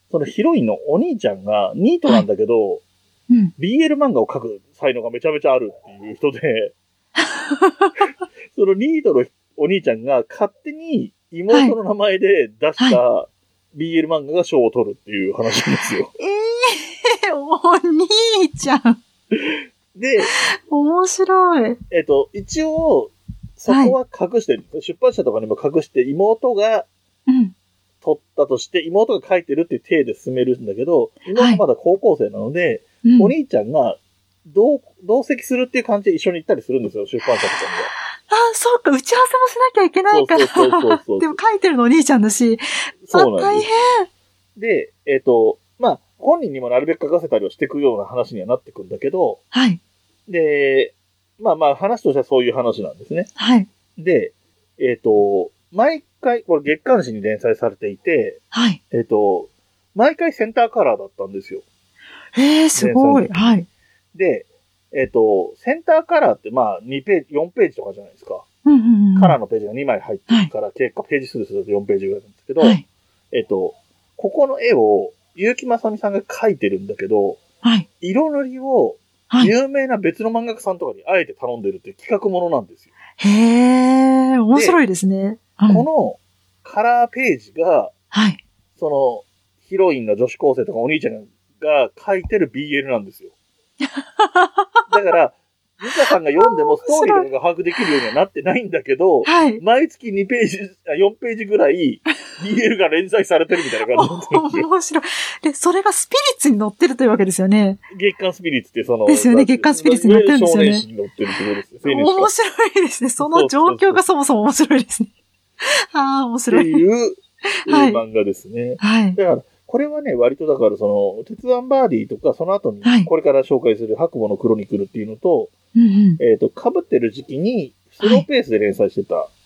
そのヒロインのお兄ちゃんがニートなんだけど、はいうん、 ビーエル 漫画を描く才能がめちゃめちゃあるっていう人で、そのニートのお兄ちゃんが勝手に妹の名前で出した ビーエル 漫画が賞を取るっていう話なんですよ。 ええー、お兄ちゃん。 で、 面白い。 えっと、一応、そこは隠してる、はい。出版社とかにも隠して、妹が取ったとして、うん、妹が書いてるっていう体で進めるんだけど、妹はまだ高校生なので、はい、お兄ちゃんが同、同席するっていう感じで一緒に行ったりするんですよ、出版社とかには。 ああ、そうか、打ち合わせもしなきゃいけないから。そうそうそうそう。でも書いてるのお兄ちゃんだし。そうなんです。大変。 で、えっと、まあ、本人にもなるべく書かせたりをしていくような話にはなってくんだけど、 はい。 で、まあまあ話としてはそういう話なんですね。 はい。 で、えっと、毎回、これ月刊誌に連載されていて、 はい。 えっと、毎回センターカラーだったんですよ。 へえ、すごい。はい。 で、えっと、センターカラーってまあにページ、よんページとかじゃないですか。 うんうんうん、 カラーのページがにまい入ってるから、はい、結果ページ数するとよんページぐらいなんですけど、はい、えっと、ここの絵を結城正美さんが描いてるんだけど、 はい、 色塗りを有名な別の漫画家さんとかにあえて頼んでるっていう企画ものなんですよ。 へー、面白いですね。 うん、このカラーページが、 はい、 そのヒロインの女子高生とかお兄ちゃんが描いてる ビーエル なんですよ。だから、ミカさんが読んでもストーリーとかが把握できるようにはなってないんだけど、 はい、 毎月にページ、よんページぐらい ビーエル が連載されてるみたいな感じなんですよ。 面白い。で、それがスピリッツに載ってるというわけですよね。 月刊スピリッツってその。 ですよね、月刊スピリッツに載ってるんですよね。 少年誌に載ってるってことですよ。 面白いですね。その状況がそもそも面白いですね。ああ、面白い。 っていう、はい、漫画ですね。 はい。 だから、これはね、割とだからその、鉄腕バーディーとか、その後に、これから紹介する白母のクロニクルっていうのと、はいうんうん、 えっ、ー、と、被ってる時期に、スローペースで連載してた。はい、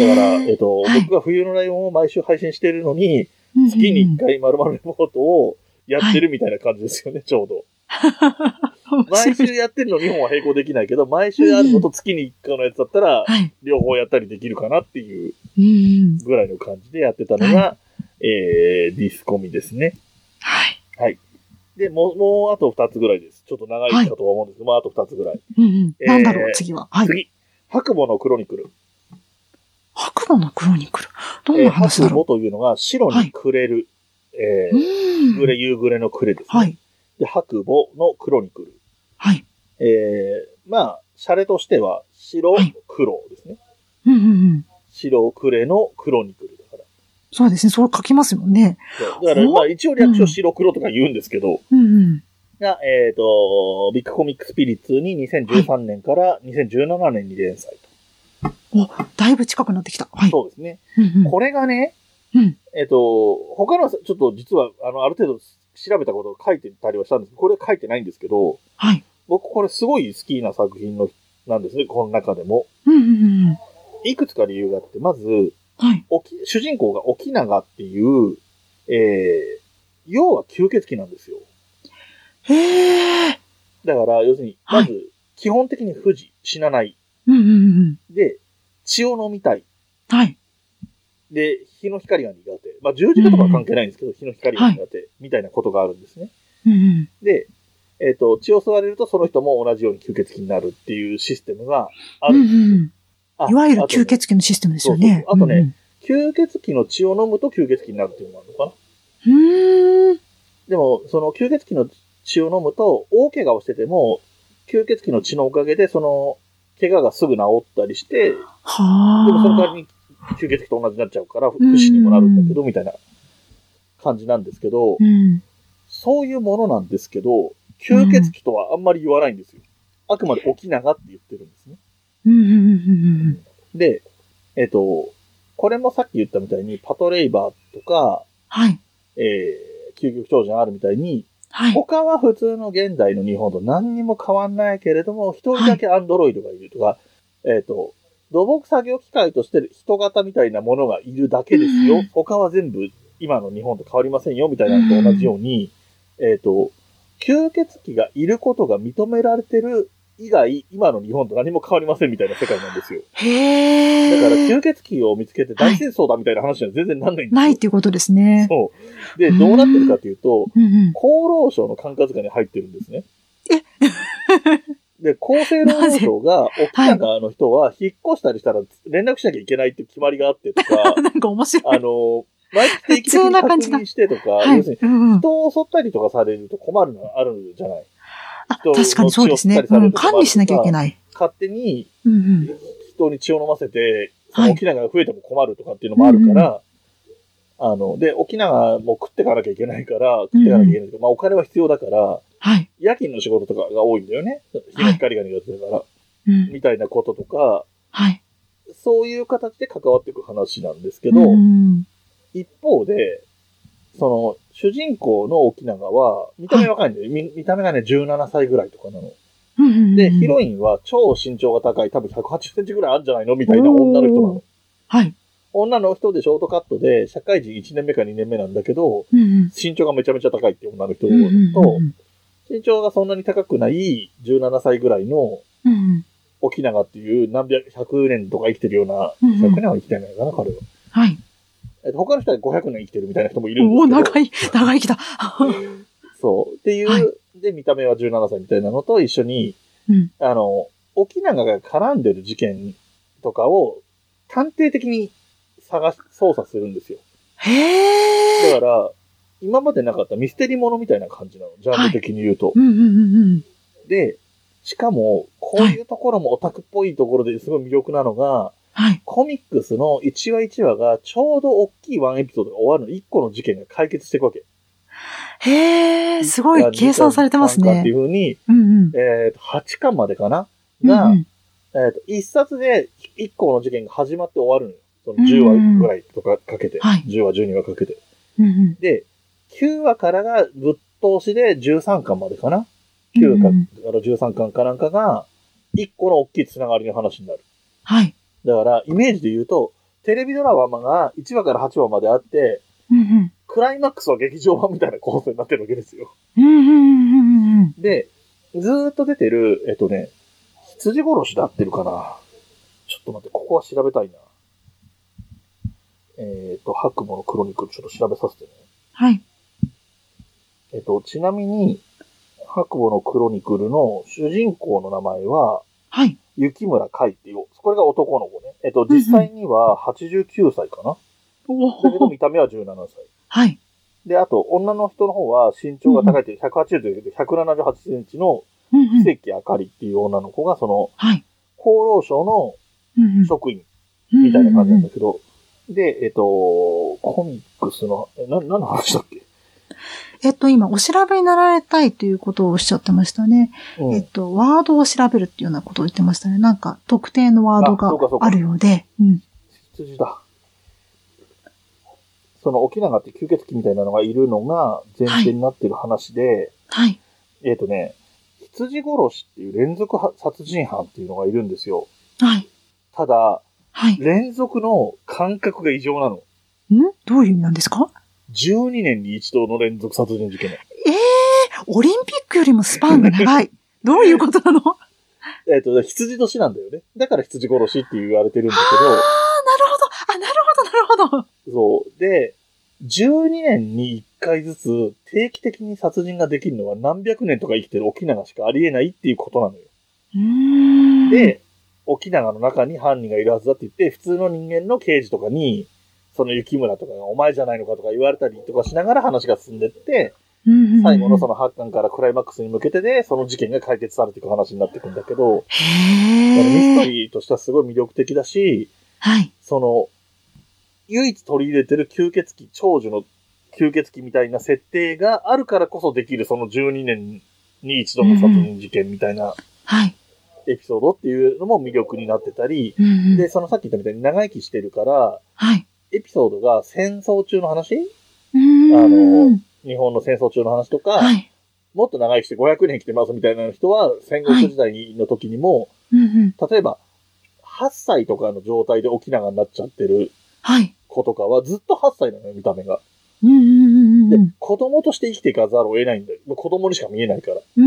だから、えっ、ー、と、はい、僕が冬のライオンを毎週配信してるのに、月にいっかい丸々レポートをやってるみたいな感じですよね、はい、ちょうど。毎週やってるのにほんは並行できないけど、毎週やるのと月にいっかいのやつだったら、両方やったりできるかなっていうぐらいの感じでやってたのが、はいえー、ディスコミですね。 はい。 はい。で、もう、もうあとふたつぐらいです。ちょっと長いかとは思うんですけど、はい、もうあとふたつぐらい。 うんうん。えー、なんだろう、次は。はい。 次。白母のクロニクル。 白母のクロニクル。どんな話だろう、 えー、白母というのが白に暮れる。はい、えー、暮れ、夕暮れの暮れですね。はい。で、白母のクロニクル。 はい。 えー、まあ、シャレとしては、白、黒ですね。 はい、うんうんうん。 白、暮れのクロニクル。 そうですね。そう書きますもんね。 だから、まあ一応略称白黒とか言うんですけど、 うんうん、 が、えっ、ー、と、ビッグコミックスピリッツににせんじゅうさんねんからにせんじゅうななねんに連載と。 お、だいぶ近くなってきた。はい。 そうですね。 うんうん、 これがね、 うん、 えっ、ー、と、他の、ちょっと実は、あの、ある程度調べたことを書いてたりはしたんですけど、これ書いてないんですけど、 はい。 僕これすごい好きな作品の、なんですね、この中でも。 うんうんうん、 いくつか理由があって、まず、 はい、 おき主人公が沖永っていう、えー、要は吸血鬼なんですよ。 へー。 だから、要するに、まず、基本的に不治、死なない。 うんうんうん、 で、血を飲みたい。 はい。 で、日の光が苦手。まあ、十字架とかは関係ないんですけど、うん、日の光が苦手、はい。みたいなことがあるんですね。 うんうん、 で、えっ、ー、と、血を吸われるとその人も同じように吸血鬼になるっていうシステムがあるんですよ。うんうんいわゆる吸血鬼のシステムですよね。 あとね、うんうん、吸血鬼の血を飲むと吸血鬼になるっていうのがあるのかな。 うーん。 でも、その吸血鬼の血を飲むと、大怪我をしてても、吸血鬼の血のおかげで、その、怪我がすぐ治ったりして、 はでもその代わりに吸血鬼と同じになっちゃうから、不死にもなるんだけど、みたいな感じなんですけど、 うん、 そういうものなんですけど、吸血鬼とはあんまり言わないんですよ。あくまで沖永って言ってるんですね。で、えっと、これもさっき言ったみたいに、パトレイバーとか、 はい。 えー、究極超人あるみたいに、 はい。 他は普通の現代の日本と何にも変わんないけれども、一人だけアンドロイドがいるとか、はい、えっと、土木作業機械として人型みたいなものがいるだけですよ。他は全部今の日本と変わりませんよ、みたいなのと同じように、えっと、吸血鬼がいることが認められてる以外、今の日本と何も変わりませんみたいな世界なんですよ。 へー。 だから吸血鬼を見つけて大戦争だみたいな話には全然なんないんですよ。 ないっていうことですね。 そう。で、どうなってるかというと、 うんうん、 厚労省の管轄下に入ってるんですね。えで、厚生労働省が、沖縄の人は引っ越したりしたら連絡しなきゃいけないっていう決まりがあってとか、 なんか面白い。 あの、毎月定期的に確認してとか、要するに人を襲ったりとかされると困るのがあるじゃない。 あ、確かにそうですね。うん、管理しなきゃいけない。 勝手に人に血を飲ませて、その沖縄が増えても困るとかっていうのもあるから、あの、で、沖縄も食っていかなきゃいけないから、食っていかなきゃいけないけど、まあお金は必要だから、はい、夜勤の仕事とかが多いんだよね。日の光が苦手だから、はい、みたいなこととか、はい、そういう形で関わっていく話なんですけど、うん、一方で、その、主人公の沖縄は、見た目若いんだよ、はい見。見た目がね、じゅうななさいぐらいとかなの。うんうんうん、で、ヒロインは超身長が高い、多分ひゃくはちじゅっセンチぐらいあるんじゃないのみたいな女の人なの。はい。女の人でショートカットで、社会人いちねんめかにねんめなんだけど、うんうん、身長がめちゃめちゃ高いっていう女の人と、うんうんうん、身長がそんなに高くないじゅうななさいぐらいの、うんうん、沖縄っていう何百、ひゃくねんとか生きてるような、うんうん、ひゃくねんは生きてないかな、彼は。はい。他の人はごひゃくねん生きてるみたいな人もいるんですけど。お、長い、長い生きた。そう。っていう、はい、で、見た目はじゅうななさいみたいなのと一緒に、うん、あの、沖縄が絡んでる事件とかを探偵的に探し、捜査するんですよ。へー。だから、今までなかったミステリーものみたいな感じなの。ジャンル的に言うと。はいうんうんうん、で、しかも、こういうところもオタクっぽいところですごい魅力なのが、はい、コミックスのいちわいちわがちょうど大きいワンエピソードが終わるのいっこの事件が解決していくわけ。 へー、すごい計算されてますね。 っていう風に、うんうんえーと、はちかんまでかなが、うんうんえーと、いっさつでいっこの事件が始まって終わるのよ。そのじゅうわぐらいとかかけて。うんうん、じゅうわ、じゅうにわかけて。うんうん、で、きゅうわからがぶっ通しでじゅうさんかんまでかな ?きゅう からじゅうさんかんかなんかが、いっこの大きいつながりの話になる。はい。だから、イメージで言うと、テレビドラマがいちわからはちわまであって、うんうん、クライマックスは劇場版みたいな構成になってるわけですよ。うんうんうんうん、で、ずーっと出てる、えっとね、羊殺しで合ってるかな。ちょっと待って、ここは調べたいな。えっと、白馬のクロニクル、ちょっと調べさせてね。はい。えっと、ちなみに、白馬のクロニクルの主人公の名前は、はい。雪村海っていう、これが男の子ね。えっと、実際にははちじゅうきゅうさいかな。うんうん、だけど見た目はじゅうななさい。はい。で、あと、女の人の方は身長が高いってひゃくはちじゅうというけど、ひゃくななじゅうはちセンチの奇跡あかりっていう女の子が、その、はい。厚労省の職員みたいな感じなんだけど、で、えっと、コミックスの、え、な、何の話だっけ？ えっと、今、お調べになられたいということをおっしゃってましたね。うん、えっと、ワードを調べるっていうようなことを言ってましたね。なんか、特定のワードがあるようで。うん。 羊だ。その、沖縄って吸血鬼みたいなのがいるのが前提になってる話で、はい。はい、えっとね、羊殺しっていう連続殺人犯っていうのがいるんですよ。はい。ただ、はい、連続の感覚が異常なの。 ん？どういう意味なんですか？ じゅうにねんに一度の連続殺人事件。ええー、オリンピックよりもスパンが長い。どういうことなの？ えっと、羊年なんだよね。だから羊殺しって言われてるんだけど。 ああ、なるほど。あ、なるほど、なるほど。 そう。で、じゅうにねんにいっかいずつ定期的に殺人ができるのは何百年とか生きてる沖縄しかありえないっていうことなのよ。うーんで、沖縄の中に犯人がいるはずだって言って、普通の人間の刑事とかに、その雪村とかがお前じゃないのかとか言われたりとかしながら話が進んでって、最後のその発刊からクライマックスに向けてで、その事件が解決されていく話になっていくんだけど、へミステリーとしてはすごい魅力的だし、はい、その、唯一取り入れてる吸血鬼、長寿の吸血鬼みたいな設定があるからこそできるそのじゅうにねんに一度の殺人事件みたいな、はいエピソードっていうのも魅力になってたり、うんうん、で、そのさっき言ったみたいに長生きしてるから、はい、エピソードが戦争中の話、あの、日本の戦争中の話とか、はい、もっと長生きしてごひゃくねん生きてますみたいな人は戦国時代の時にも、はいうんうん、例えば、はっさいとかの状態で沖縄になっちゃってる子とかはずっとはっさいなのよ、見た目が。うんうんうんうん、で、子供として生きていかざるを得ないんだよ。子供にしか見えないから。うんうんうん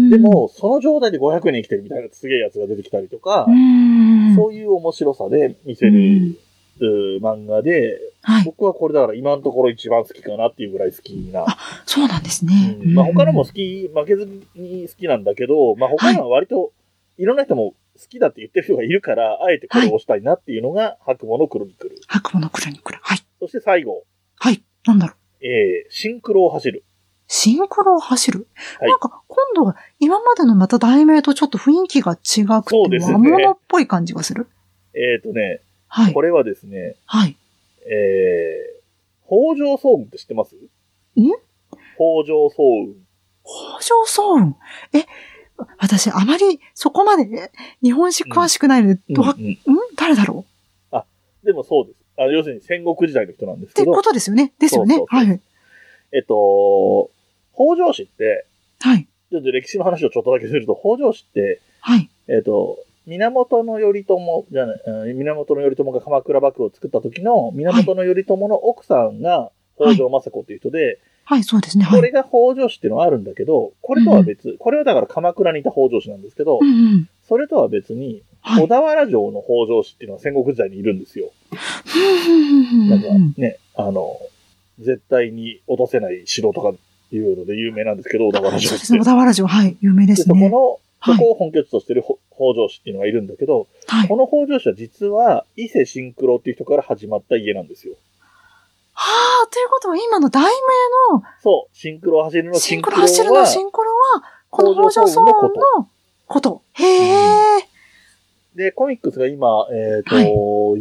でも、その状態でごひゃくにん来てるみたいなすげえやつが出てきたりとか、そういう面白さで見せる漫画で、はい、僕はこれだから今のところ一番好きかなっていうぐらい好きな。 あ、そうなんですね。 うん、まあ他のも好き、負けずに好きなんだけど、まあ他のは割といろんな人も好きだって言ってる人がいるから、あえてこれを押したいなっていうのが、白馬のクロニクル。 白馬のクロニクル。はい。 そして最後。 はい。なんだろう。えー、シンクロを走る。 シンクロを走る、はい、なんか、今度は今までのまた題名とちょっと雰囲気が違くて、そうですね、和物っぽい感じがする。 えっとね、はい。これはですね、 はい。 えー、北条早雲って知ってます？ん？北条早雲。 北条早雲。え、私、あまりそこまで日本史詳しくないので、うん、ど、うん、うん、誰だろう？あ、でもそうです。あ、要するに戦国時代の人なんですけど。 ってことですよね。ですよね。そうそうそう、はい。 えっと、北条氏って、 はい。 ちょっと歴史の話をちょっとだけすると、北条氏って、 はい。 えっと、源頼朝じゃない、源頼朝が鎌倉幕府を作った時の源頼朝の奥さんが北条政子っていう人で、 はい、はい、そうですね。 はい、これが北条氏っていうのはあるんだけど、これとは別、うん、これはだから鎌倉にいた北条氏なんですけど、 うんうん、 それとは別に、小田原城の北条氏っていうのは戦国時代にいるんですよ。なんかね、あの、絶対に落とせない城とかいうので有名なんですけど、小田原城って。そうですね、 小田原城、はい、有名ですね。 でそこの、そこを本拠地としている北条氏っていうのがいるんだけど、はい、この北条氏は実は伊勢シンクロっていう人から始まった家なんですよ。 はあ、ということは今の題名の、 そう、シンクロ走るのシンクロは、 シンクロ走るのシンクロは、この北条早雲のこと。へえ、うん。 で、コミックスが今、えっ、ー、と、はい、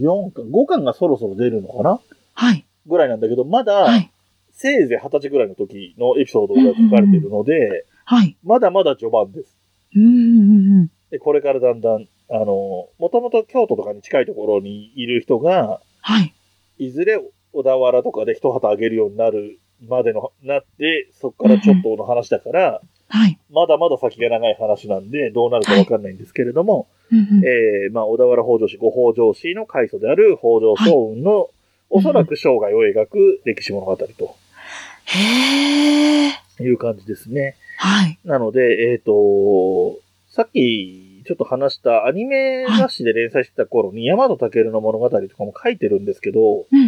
よんかん、ごかんがそろそろ出るのかな？はい。ぐらいなんだけど、まだ、はい、せいぜいはたちぐらいの時のエピソードが書かれているので、うんうんうん、はい。まだまだ序盤です。 うんうんうん、 で、これからだんだん、あの、もともと京都とかに近いところにいる人が、はい。いずれ小田原とかで一旗あげるようになるまでの、なって、そこからちょっとの話だから、うんうん、はい。まだまだ先が長い話なんで、どうなるかわかんないんですけれども、はい、うんうん、えー、まあ、小田原北条氏、五北条氏の開祖である北条早雲の、はい、おそらく生涯を描く歴史物語と。 へー。 いう感じですね。 はい。 なので、えっと、さっきちょっと話したアニメ雑誌で連載してた頃に、はい、大和武の物語とかも書いてるんですけど、 うんうんうん、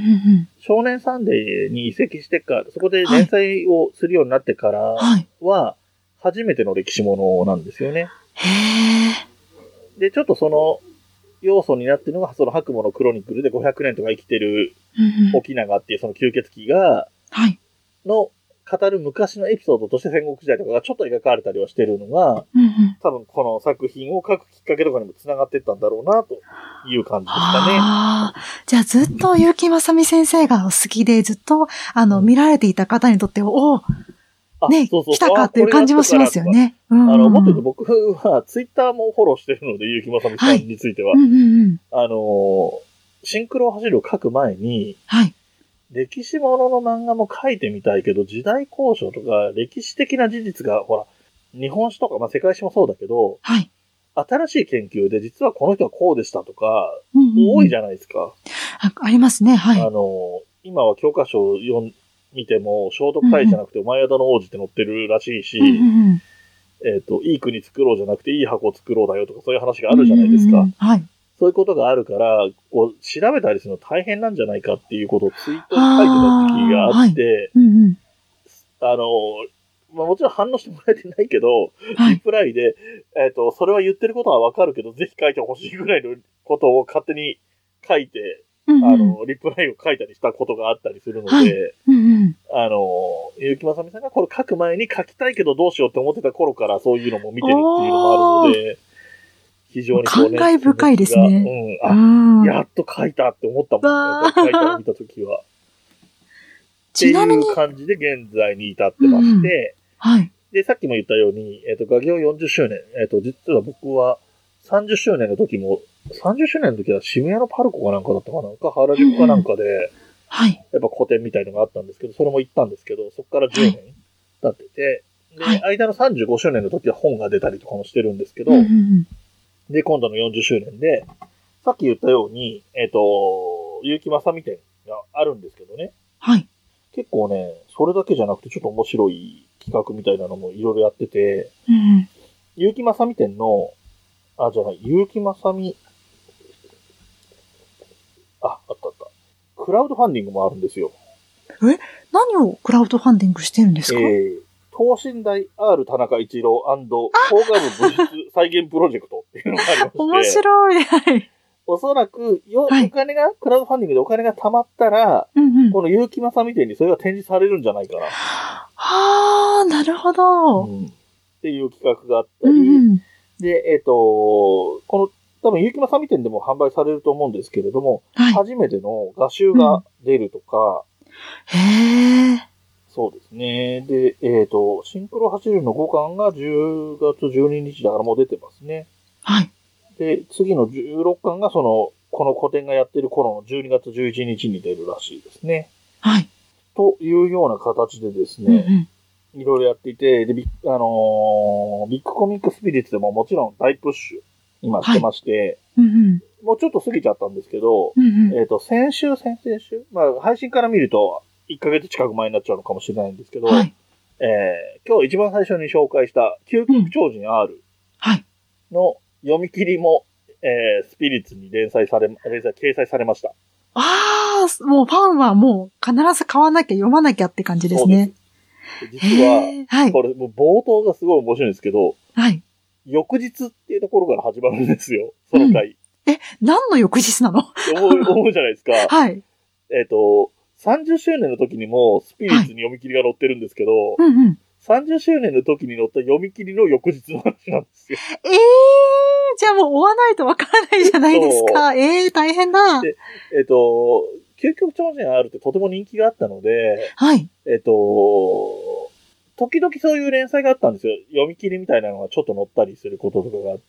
少年サンデーに移籍してから、そこで連載をするようになってからは、初めての歴史ものなんですよね。 へー。 で、ちょっとその要素になってるのが、その白馬のクロニクルでごひゃくねんとか生きてる沖永っていうその吸血鬼が、 はい。 の語る昔のエピソードとして戦国時代とかがちょっと描かれたりはしてるのが、 うんうん、 多分この作品を書くきっかけとかにも繋がっていったんだろうな、という感じですかね。 ああ。じゃあずっと結城正美先生がお好きで、ずっと、あの、見られていた方にとって、おお、ね、そうそう来たかっていう感じもしますよね。 あの、もっと言うと僕はツイッターもフォローしてるので、結城正美さんについては。 はいうんうんうん、 あの、シンクロを走るを書く前に、 はい。 歴史ものの漫画も書いてみたいけど、時代交渉とか歴史的な事実が、ほら、日本史とか、まあ、世界史もそうだけど、 はい。 新しい研究で実はこの人はこうでしたとか、うんうんうん、多いじゃないですか。 あ、ありますね、はい。 あの、今は教科書を読ん見ても、聖徳太子じゃなくて、前田の王子って載ってるらしいし、 うんうんうん、 えっと、いい国作ろうじゃなくて、いい箱作ろうだよとか、そういう話があるじゃないですか。 うんうんうん、はい。 そういうことがあるから、こう、調べたりするの大変なんじゃないかっていうことをツイートに書いてた時期があって、はいうんうん、 あの、まあ、もちろん反応してもらえてないけど、はい、リプライで、えっと、それは言ってることはわかるけど、ぜひ書いてほしいぐらいのことを勝手に書いて、うんうん、あの、リプライを書いたりしたことがあったりするので、はいうんうん、 あの、結城正美さんがこれ書く前に書きたいけどどうしようって思ってた頃からそういうのも見てるっていうのもあるので、非常にこう、ね、 感慨深いですね。 うん。あ、やっと書いたって思ったもん。書いたの見たときは。 ちなみに。 っていう感じで現在に至ってまして、 うん、はい。 で、さっきも言ったように、えっと、画業よんじゅっしゅうねん。えっと、実は僕はさんじゅっしゅうねんの時も、さんじゅっしゅうねんの時は渋谷のパルコかなんかだったかなか、原宿かなんかで、うん、 はい。 やっぱ個展みたいのがあったんですけど、それも行ったんですけど、そこからじゅうねん経ってて、はい、で、間のさんじゅうごしゅうねんの時は本が出たりとかもしてるんですけど、 うんうんうんで、今度のよんじゅっしゅうねんで、さっき言ったように、えっと、結城正美展があるんですけどね。 はい。 結構ね、それだけじゃなくてちょっと面白い企画みたいなのもいろいろやってて、 うん、 結城正美店の、あ、じゃない、結城正美、あ、あったあった。クラウドファンディングもあるんですよ。 え何をクラウドファンディングしてるんですか？えー、 等身大 R 田中一郎&高画部物質再現プロジェクトっていうのがありまして。 面白い。はい。 おそらくよ、はい、お金が、クラウドファンディングでお金が貯まったら、うんうん、この結城正美店にそれが展示されるんじゃないかな。 はあ、なるほど、うん。 っていう企画があったり、うんうん、で、えっ、ー、と、この、多分結城正美店でも販売されると思うんですけれども、はい、初めての画集が出るとか、 うん、へえ。 そうですね。で、えっ、ー、と、シンクロ走るのごかんがじゅうがつじゅうににちだからもう出てますね。 はい。 で、次のじゅうろっかんがその、この個展がやってる頃のじゅうにがつじゅういちにちに出るらしいですね。 はい。 というような形でですね、うんうん、いろいろやっていて、で、ビッ、あのー、ビッグコミックスピリッツでももちろん大プッシュ、今してまして、はい、うんうん、もうちょっと過ぎちゃったんですけど、うんうん、えっと、先週、先々週、まあ、配信から見ると、いっかげつ近く前になっちゃうのかもしれないんですけど、はい、えー、今日一番最初に紹介した究極超人 R の読み切りも、えー、スピリッツに連載され、連載、掲載されました。 ああ、もうファンはもう必ず買わなきゃ読まなきゃって感じですね。 そうです。実は、はい、これもう冒頭がすごい面白いんですけど、はい、翌日っていうところから始まるんですよ、その回。 うん、え、何の翌日なの？ 思う、思うじゃないですか。 はい。 えっと、さんじゅっしゅうねんの時にもスピリッツに読み切りが載ってるんですけど、はい、うんうん、さんじゅっしゅうねんの時に載った読み切りの翌日の話なんですよ。 ええー、じゃあもう追わないとわからないじゃないですか。ええー、大変だ。 で、えっと、究極超人 R ってとても人気があったので、 はい。 えっと、時々そういう連載があったんですよ。読み切りみたいなのがちょっと載ったりすることとかがあって、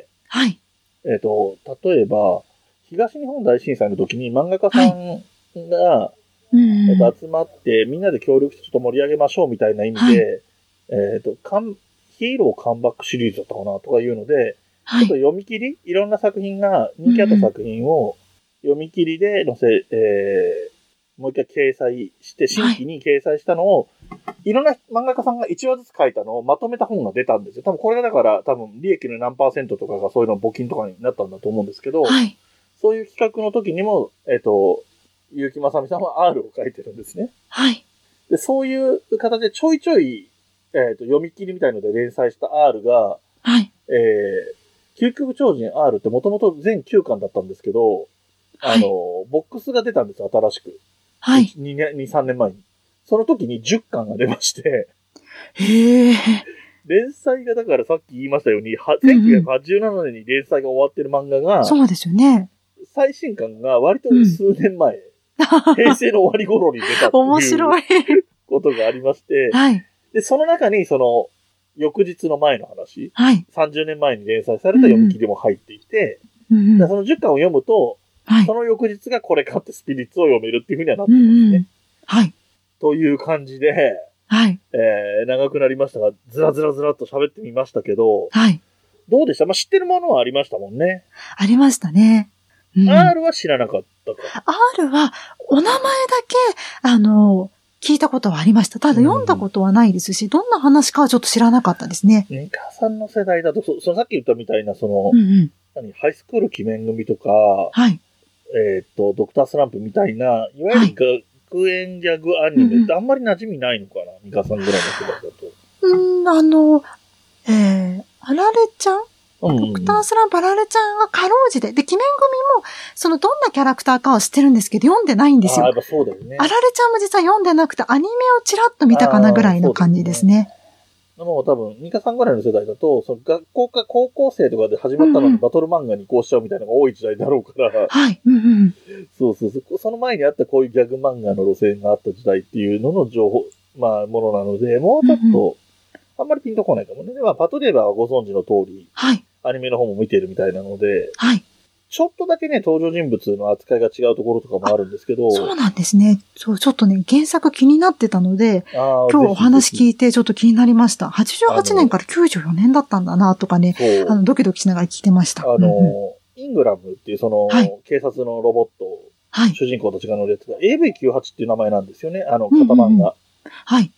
はい。 えっと、例えば、東日本大震災の時に漫画家さんが、はい、うんえっと、集まってみんなで協力してちょっと盛り上げましょうみたいな意味で、はい、えっと、ヒーローカムバックシリーズだったかなとかいうので、はい、ちょっと読み切り、いろんな作品が、人気あった作品を読み切りで載せ、えー、もう一回掲載して、新規に掲載したのを、はい、いろんな漫画家さんがいちわずつ書いたのをまとめた本が出たんですよ。多分これがだから多分利益の何パーセントとかがそういうの募金とかになったんだと思うんですけど、はい、そういう企画の時にも、えっと、結城正美さんは R を書いてるんですね。 はい。 で、そういう形でちょいちょい、えっと、読み切りみたいので連載した R が、 はい。 えー、究極超人 R ってもともと全きゅうかんだったんですけど、はい、あの、ボックスが出たんですよ、新しく。 はい。 に、さんねんまえに。その時にじゅっかんが出まして、 へー。 連載がだからさっき言いましたように、せんきゅうひゃくはちじゅうななねんに連載が終わってる漫画が、うん、 そうですよね。 最新刊が割と数年前、うん、平成の終わり頃に出たっていう面白いことがありまして、 はい。 で、その中にその、翌日の前の話、 はい、 さんじゅうねんまえに連載された読み切りも入っていて、うんうん、だそのじゅっかんを読むと、はい、その翌日がこれかってスピリッツを読めるっていうふうにはなってますね。うんうん、 はい。 という感じで、 はい。 えー、長くなりましたが、ずらずらずらっと喋ってみましたけど、 はい。 どうでした？まあ、知ってるものはありましたもんね。 ありましたね。 うん、R は知らなかったか。 R は、お名前だけ、あの、聞いたことはありました。ただ読んだことはないですし、うん、どんな話かはちょっと知らなかったですね。 ミカさんの世代だと、そそのさっき言ったみたいな、その、 うんうん、 何、ハイスクール鬼面組とか、 はい。 えっと、ドクタースランプみたいな、いわゆる学園ギャグアニメってあんまり馴染みないのかな、ミカさんぐらいの世代だと。 うん、あの、えー、あられちゃんドクタースランプあられちゃんがかろうじで。で、鬼面組も、そのどんなキャラクターかは知ってるんですけど、読んでないんですよ。 あ、やっぱそうだよね。 あられちゃんも実は読んでなくて、アニメをチラッと見たかなぐらいの感じですね。 でも多分、ミカさんぐらいの世代だと、その学校か高校生とかで始まったのにバトル漫画に移行しちゃうみたいなのが多い時代だろうから。 はい。うんうん。 そうそうそう。その前にあったこういうギャグ漫画の路線があった時代っていうのの情報、まあ、ものなので、もうちょっと、うんうん、あんまりピンとこないかもね。まあ、パトレーバーはご存知の通り、 はい。 アニメの方も見てるみたいなので、 はい。 ちょっとだけね、登場人物の扱いが違うところとかもあるんですけど。 そうなんですね。そう、ちょっとね、原作気になってたので、今日お話聞いてちょっと気になりました。はちじゅうはちねんからきゅうじゅうよねんだったんだなとかね、あの、ドキドキしながら聞いてました。 あの、うんうん、イングラムっていうその、はい、警察のロボット、 はい、 主人公たちが乗るやつが エーブイきゅうじゅうはち っていう名前なんですよね。あの、型番が。 うんうんうん、はい。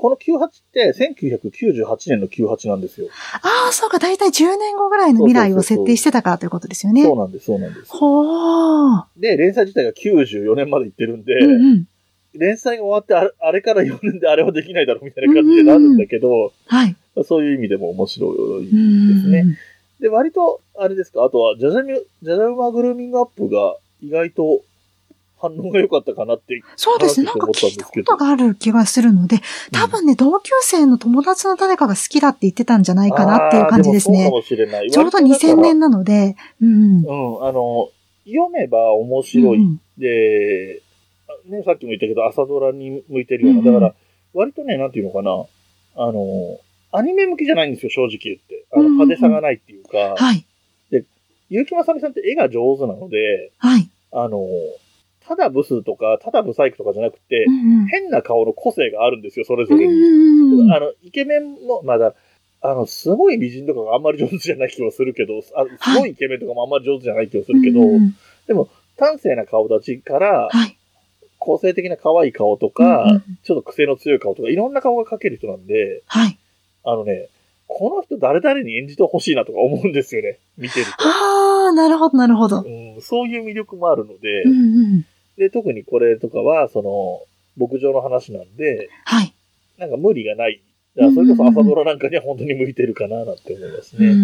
このきゅうじゅうはちってせんきゅうひゃくきゅうじゅうはちねんのきゅうじゅうはちなんですよ。 ああ、そうか、だいたいじゅうねんごぐらいの未来を設定してたからということですよね。 そうなんです、そうなんです。 ほー。 で、連載自体がきゅうじゅうよねんまでいってるんで、 うんうん、 連載が終わってあれ、あれからよねんであれはできないだろうみたいな感じになるんだけど、うんうんうん、 はい。 そういう意味でも面白いですね。で、割と、あれですか、あとは、ジャジャミ、ジャジャウマグルーミングアップが意外と反応が良かったかなって。 そうですね。なんか聞いたことがある気がするので、多分ね、うん、同級生の友達の誰かが好きだって言ってたんじゃないかなっていう感じですね。 そうかもしれない。 ちょうどにせんねんなので、 うん。うん、あの、読めば面白い。うん、で、ね、さっきも言ったけど、朝ドラに向いてるような。だから、割とね、なんていうのかな。あの、アニメ向きじゃないんですよ、正直言って。あの、派手さがないっていうか。うんうん、はい。で、結城まさみさんって絵が上手なので、はい。あの、ただブスとか、ただブサイクとかじゃなくて、うんうん、変な顔の個性があるんですよ、それぞれに。うんうん、あの、イケメンも、まだ、あの、すごい美人とかがあんまり上手じゃない気がするけど、あすごいイケメンとかもあんまり上手じゃない気がするけど、はい、でも、端正な顔立ちから、はい、個性的な可愛い顔とか、うんうん、ちょっと癖の強い顔とか、いろんな顔が描ける人なんで、はい、あのね、この人誰々に演じてほしいなとか思うんですよね、見てると。 ああ、なるほど、なるほど、 うん。そういう魅力もあるので、 うんうん、 で、特にこれとかは、その、牧場の話なんで、はい。なんか無理がない。だからそれこそ朝ドラなんかには本当に向いてるかな、なんて思いますね。うん、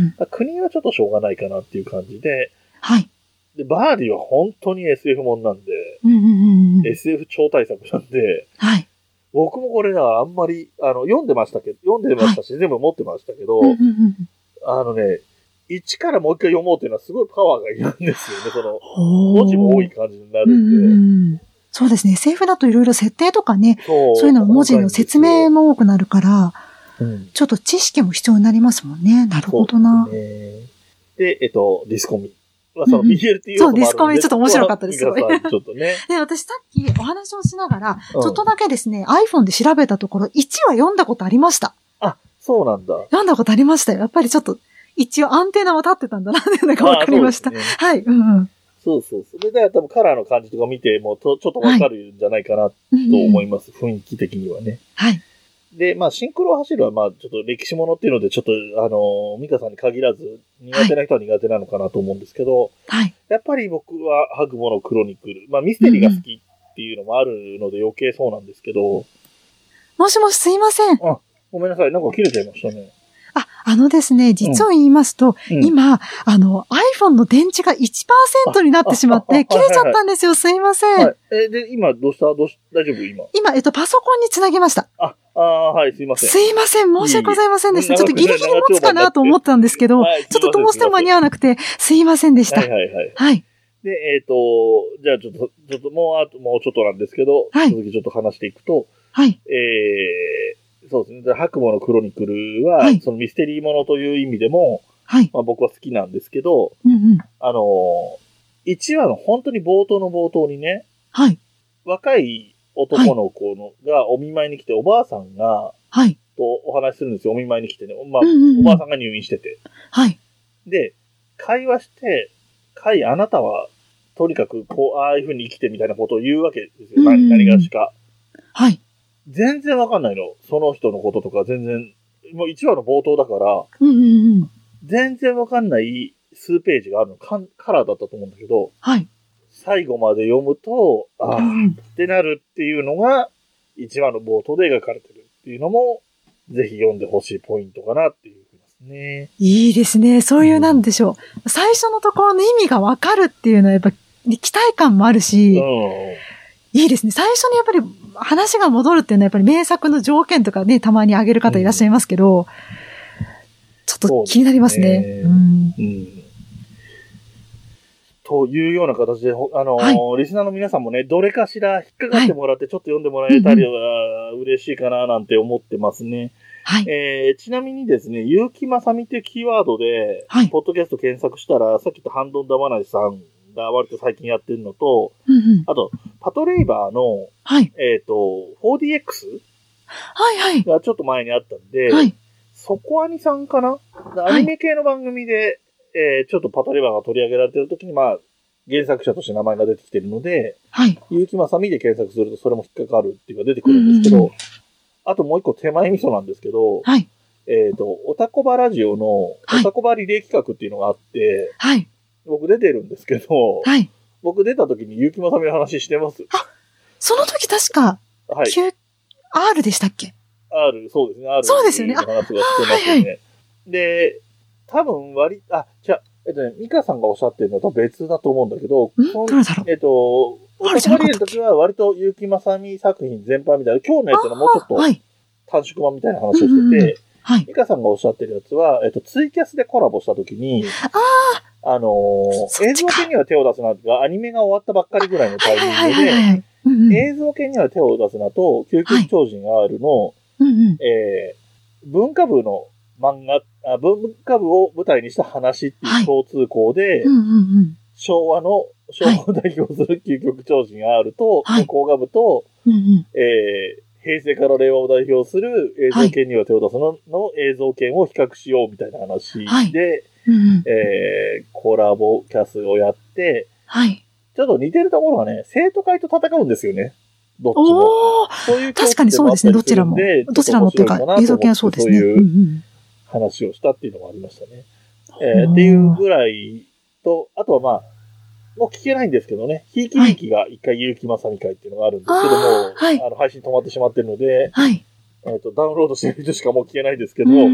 国はちょっとしょうがないかなっていう感じで、はい。で、バーディは本当に エスエフ もんなんで、うんうんうん、エスエフ 超大作なんで、はい。僕もこれはあんまり、あの、読んでましたけど、読んでましたし、はい、全部持ってましたけど、うんうんうん、あのね、一からもう一回読もうっていうのはすごいパワーがいるんですよね。その、文字も多い感じになるんで。うんうん、 そうですね。エスエフ だといろいろ設定とかね、そう、そういうの文字の説明も多くなるから、うん、ちょっと知識も必要になりますもんね。なるほどな。 で、ね、で、えっと、ディスコミ。まあ、その ビーエル っていうのもあるんで、 そう、ディスコミちょっと面白かったです。すごい。 ちょっとね。 で、私さっきお話をしながら、ちょっとだけですね、うん、iPhone で調べたところ、いちわ読んだことありました。 あ、そうなんだ。 読んだことありましたよ。やっぱりちょっと、一応アンテナは立ってたんだなっていうのがわかりました。ね、はい。うんうん。 そうそう。それで多分カラーの感じとか見てもとちょっとわかるんじゃないかなと思います。はい、雰囲気的にはね。はい。で、まあ、シンクロ走るはまあ、ちょっと歴史ものっていうので、ちょっと、あの、ミカさんに限らず、苦手な人は苦手なのかなと思うんですけど、はい。やっぱり僕はハグモのクロニクル。まあ、ミステリーが好きっていうのもあるので余計そうなんですけど。 もしもしすいません。 あ、ごめんなさい。なんか切れちゃいましたね。 あ、あのですね、実を言いますと、うん、今、あの、iPhone の電池が いちパーセント になってしまって、切れちゃったんですよ。すいません。はい。 え、で、今、どうしたどうし、大丈夫今。 今、えっと、パソコンにつなげました。 あ、ああ、はい、すいません。 すいません。申し訳ございませんでした。いいちょっとギリギリ持つかなと思ったんですけど、はい、ちょっとどうしても間に合わなくて、すいませんでした。 はいはいはい。はい。で、えっ、ー、と、じゃあちょっと、ちょっともう、あと、もうちょっとなんですけど、はい、続きちょっと話していくと、はい。えー、そうですね。白馬のクロニクルは、はい、そのミステリーものという意味でも、はい。まあ僕は好きなんですけど、うんうん、あの、いちわの本当に冒頭の冒頭にね、はい。若い男の子の、はい、がお見舞いに来て、おばあさんが、はい。とお話しするんですよ。お見舞いに来てね。まあ、うんうんうん、おばあさんが入院してて。はい。で、会話して、かい、あなたは、とにかく、こう、ああいう風に生きてみたいなことを言うわけですよ。うんうんうん、何がしか。はい。全然わかんないの。その人のこととか全然、もういちわの冒頭だから、うんうんうん、全然わかんない数ページがあるの。カカラーだったと思うんだけど、はい。最後まで読むと、ああ、うん、ってなるっていうのが、いちわの冒頭で描かれてるっていうのも、ぜひ読んでほしいポイントかなっていうですね。 いいですね。そういうなんでしょう。うん、最初のところの意味がわかるっていうのはやっぱ期待感もあるし、うん、いいですね。最初にやっぱり話が戻るっていうのはやっぱり名作の条件とかね、たまに挙げる方いらっしゃいますけど、うん、ちょっと気になりますね。うんうん、 というような形で、あの、はい、リスナーの皆さんもね、どれかしら引っかかってもらってちょっと読んでもらえたりは嬉しいかななんて思ってますね。はい。えー、ちなみにですね、結城まさみっていうキーワードで、はい。ポッドキャスト検索したら、さっき言ったハンドンダマナシさんが割と最近やってるのと、うんうん、あと、パトレイバーの、はい。えっ、ー、と、フォーディーエックス? はいはい。 がちょっと前にあったんで、はい。そこアニさんかなアニメ系の番組で、はい、えー、ちょっとパトレイバーが取り上げられてるときに、まあ、原作者として名前が出てきてるので、はい。結城まさみで検索するとそれも引っかかるっていうか出てくるんですけど、うんうん、 あともう一個手前味噌なんですけど、 はい。 えっと、おたこばラジオの、おたこばリレー企画っていうのがあって、 はい。 僕出てるんですけど、 はい。 僕出た時に結城まさみの話してます。 あ、その時確か、 はい。 R でしたっけ？ R、そうですね。R そうですよね。 の話がしてますよね。はいはい、で、多分割、あ、じゃえっとね、ミカさんがおっしゃってるのと別だと思うんだけど、 んどれだろう？ えっと、おたこばリレーの時は割と結城まさみ作品全般みたいな、今日のやつのもうちょっと短縮版みたいな話をしてて、うんうんうん、はい。ミカさんがおっしゃってるやつは、えっと、ツイキャスでコラボした時に、ああのー、映像系には手を出すなが、アニメが終わったばっかりぐらいのタイミングで、はいはいはいはい、うんうん、映像系には手を出すなと、究極超人 R の、はいうんうんえー、文化部の漫画あ、文化部を舞台にした話っていう共通項で、はいうんうんうん、昭和の、昭和を代表する究極超人 R と、はい、向こう画部と、うんうんえー、平成から令和を代表する映像系には手を出すのの映像系を比較しようみたいな話で、はいうんうんえー、コラボキャスをやって、はい、ちょっと似てるところがね、生徒会と戦うんですよね。どっちも。そういう確かにそうですね、どちらも。どちらもっていうか、映像系はそうですね。 そういう話をしたっていうのがありましたね。うんうん、えー、っていうぐらいと、あとはまあ、もう聞けないんですけどね、ひいきびいきが一回結城まさみ会っていうのがあるんですけども、はい、あの配信止まってしまってるので、はいえーと、ダウンロードしてる人しかもう聞けないですけど、うんうんうん、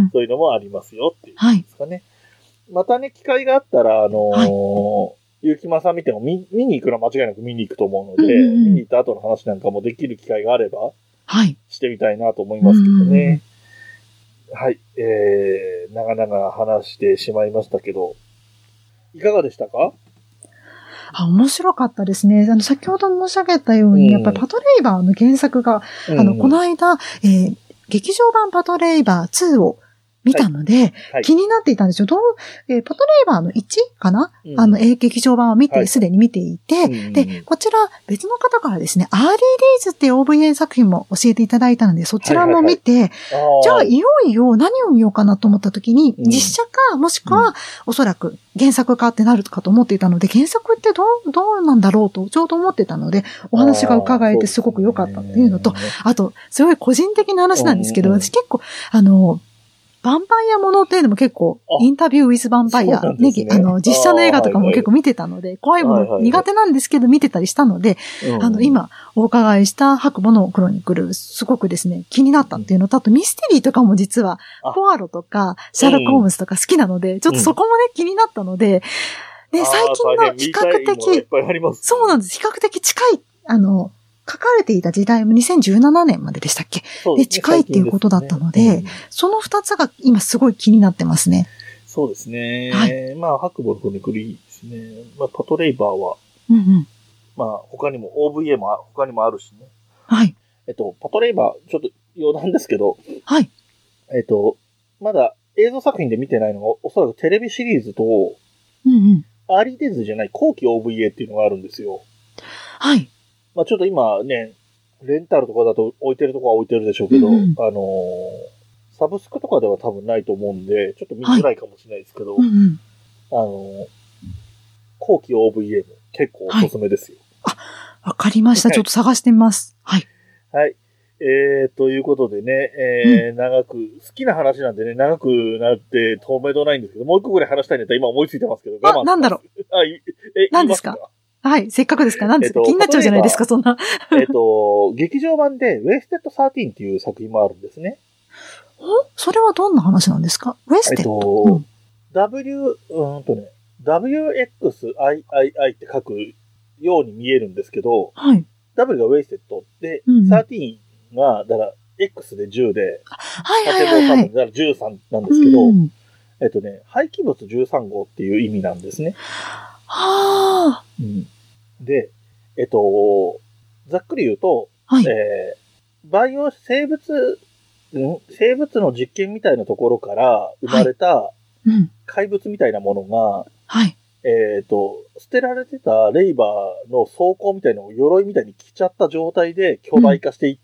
そういうのもありますよっていうんですかね。はい、またね、機会があったら、あのー、はい結城まさみ展を 見, 見に行くのは間違いなく見に行くと思うので、うんうん、見に行った後の話なんかもできる機会があれば、はい。してみたいなと思いますけどね。うん、はい。えー、長々話してしまいましたけど、いかがでしたか？ あ、面白かったですね。あの、先ほど申し上げたように、うん、やっぱりパトレイバーの原作が、うん、あの、この間、えー、劇場版パトレイバーツーを見たので、はいはい、気になっていたんですよ。どう、えー、パトレイバーのいちかな、うん、あの、劇場版を見て、すでに見ていて、はい、で、こちら別の方からですね、アーリーデイズっていう オーブイエー 作品も教えていただいたので、そちらも見て、はいはいはい、じゃあ、いよいよ何を見ようかなと思った時に、うん、実写か、もしくは、おそらく原作かってなるかと思っていたので、原作ってどう、どうなんだろうと、ちょうど思ってたので、お話が伺えてすごく良かったっていうのと、あ, あと、すごい個人的な話なんですけど、私結構、あの、ヴァンパイアものっていうのも結構、インタビューウィズ・ヴァンパイア、ね、あの、実写の映画とかも結構見てたので、怖いもの苦手なんですけど見てたりしたので、あの、今、お伺いした白母のクロニクル、すごくですね、気になったっていうのと、あとミステリーとかも実は、ポアロとか、シャーロック・ホームズとか好きなので、ちょっとそこもね、気になったので、で、最近の比較的、そうなんです、比較的近い、あの、書かれていた時代もにせんじゅうななねんまででしたっけ？で、ね、近いっていうことだったので、でねうん、その二つが今すごい気になってますね。 そうですね。はい、まあ、白母のクロニクルいいですね。まあ、パトレイバーは、 うんうん、 まあ、他にも オーブイエー も他にもあるしね。 はい。 えっと、パトレイバー、ちょっと余談ですけど、 はい。 えっと、まだ映像作品で見てないのが、おそらくテレビシリーズと、 うんうん、 アーリーデイズじゃない後期 オーブイエー っていうのがあるんですよ。 はい。 まあちょっと今ね、レンタルとかだと置いてるとこは置いてるでしょうけど、うん、あのー、サブスクとかでは多分ないと思うんで、ちょっと見づらいかもしれないですけど、はいうんうん、あのー、後期 オーブイエー も結構おすすめですよ。 はい、あ、わかりました。ちょっと探してみます。はい。 はい。えー、ということでね、えーうん、長く、好きな話なんでね、長くなって透明度ないんですけど、もう一個ぐらい話したいんだったら今思いついてますけど、 我慢あ、なんだろう。 あ、え、 何ですかはい、せっかくですか何ですか、えっと、気になっちゃうじゃないですか、そんな。 えっと、劇場版で、ウェステッドじゅうさんっていう作品もあるんですね。 おそれはどんな話なんですか？ウェステッド、 えっと、うん、W、うんとね、ダブリューエックスアイアイアイ って書くように見えるんですけど、 はい。 W がウェステッドで、うんうん、じゅうさんが、だから、X でじゅうで、 はいはいはい、はい。 だからじゅうさんなんですけど、うん、えっとね、廃棄物じゅうさん号っていう意味なんですね。 はあ。 うん。で、えっと、ざっくり言うと、 はい、 えー、バイオ生物、ん生物の実験みたいなところから生まれた怪物みたいなものが、 はい、 えっと、捨てられてたレイバーの装甲みたいなのを鎧みたいに着ちゃった状態で巨大化していって、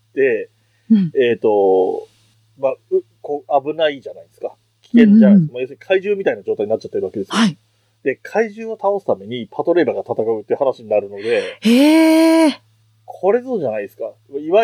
うん、 えっと、まあ、うこう危ないじゃないですか。危険じゃないですか。うんうん、要するに怪獣みたいな状態になっちゃってるわけですよ。 はい。 で、怪獣を倒すためにパトレーバーが戦うって話になるので、 へー。 これぞじゃないですか。いわゆる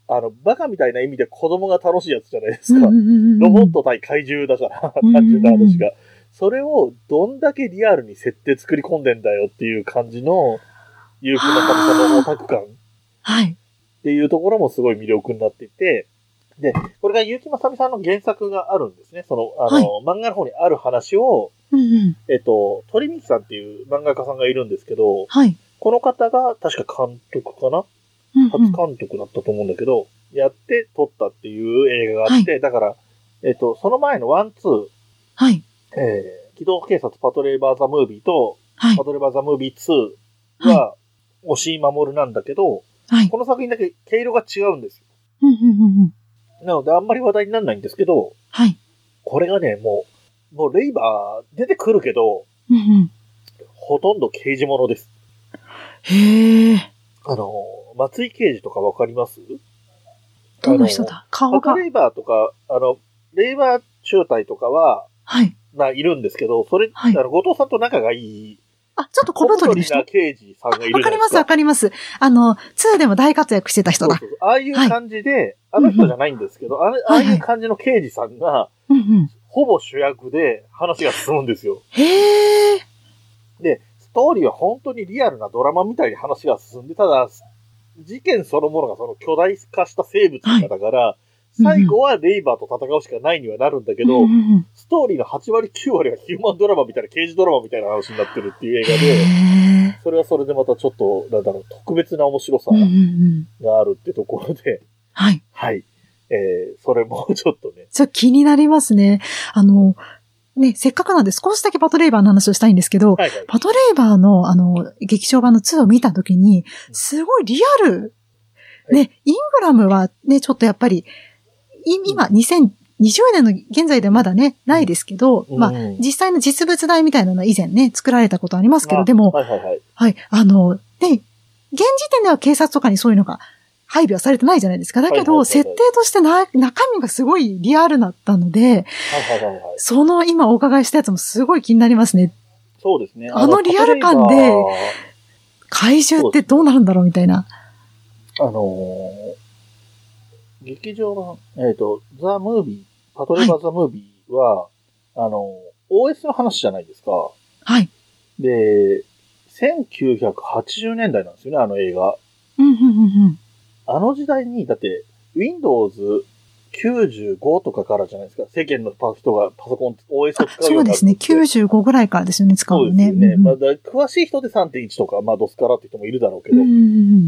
あの、バカみたいな意味で子供が楽しいやつじゃないですか。ロボット対怪獣だから、単純な話が。それをどんだけリアルに設定作り込んでんだよっていう感じの、結城まさみさんのオタク感。 はい。 っていうところもすごい魅力になっていて、で、これが結城まさみさんの原作があるんですね。その、あの、はい、漫画の方にある話を、 うんうん、 えっと、鳥道さんっていう漫画家さんがいるんですけど、 はい、 この方が確か監督かな、うんうん、初監督だったと思うんだけど、やって撮ったっていう映画があって、はい、だから、えっと、その前のワン、ツー、 はい、 えー、機動警察パトレーバーザムービーと、 はい、 パトレーバーザムービーツーは、押井守なんだけど、はい、この作品だけ毛色が違うんですよ。 うんうんうんうん、 なので、あんまり話題にならないんですけど、 はい、 これがね、もう、もうレイバー出てくるけど、 うんうん、 ほとんど刑事物です。 へー。 あの、松井刑事とかわかります？ どの人だ？顔が。 パトレイバーとか、あの、レイバー中隊とかは、 はい。 まあ、いるんですけど、それ、はい、あの、後藤さんと仲がいい。 あ、ちょっと小太りの人。 小太りな刑事さんがいるじゃないですか。 わかります、わかります。あの、ツーでも大活躍してた人だ。 そうそうそう。ああいう感じで、はい、あの人じゃないんですけど、うんうん、あ, ああいう感じの刑事さんが、 はいはい、 ほぼ主役で話が進むんですよ。 へー。 で、ストーリーは本当にリアルなドラマみたいに話が進んで、ただ、事件そのものがその巨大化した生物とかだから、はい、最後はレイバーと戦うしかないにはなるんだけど、うんうん、ストーリーのはちわりきゅうわりはヒューマンドラマみたいな、刑事ドラマみたいな話になってるっていう映画で、それはそれでまたちょっと、なんだろう、特別な面白さがあるってところで、 はい。 はい。えー、それもちょっとね。 ちょっと気になりますね。あの、ね、せっかくなんで少しだけパトレイバーの話をしたいんですけど、はいはい、パトレイバーのあの、劇場版のツーを見たときに、すごいリアル、ね、はい、イングラムはね、ちょっとやっぱり、今、にせんにじゅうねんの現在ではまだね、ないですけど、うん、まあ、実際の実物大みたいなのは以前ね、作られたことありますけど、でも、 はいはいはい。 はい、あの、ね、現時点では警察とかにそういうのが配備はされてないじゃないですか。だけど、設定としてな、中身がすごいリアルだったので、 はいはいはいはい、 その今お伺いしたやつもすごい気になりますね。 そうですね。 あのリアル感で、怪獣ってどうなるんだろうみたいな。 あのー、劇場版、えっ、ー、と、ザ・ムービー、パトレーバー・ザ・ムービーは、はい、あの、オーエス の話じゃないですか。 はい。 で、せんきゅうひゃくはちじゅうねんだいなんですよね、あの映画。 うんうんうんうん。 あの時代に、だって、ウィンドウズきゅうじゅうごとかからじゃないですか。世間の人がパソコン、オーエス を使うようになる。そうですね。 きゅうじゅうごぐらいからですよね、使うのね。 そうですよね。うんうん、まあ、詳しい人で さんてんいち とか、まあ、ドスカラって人もいるだろうけど、 うんうんうん、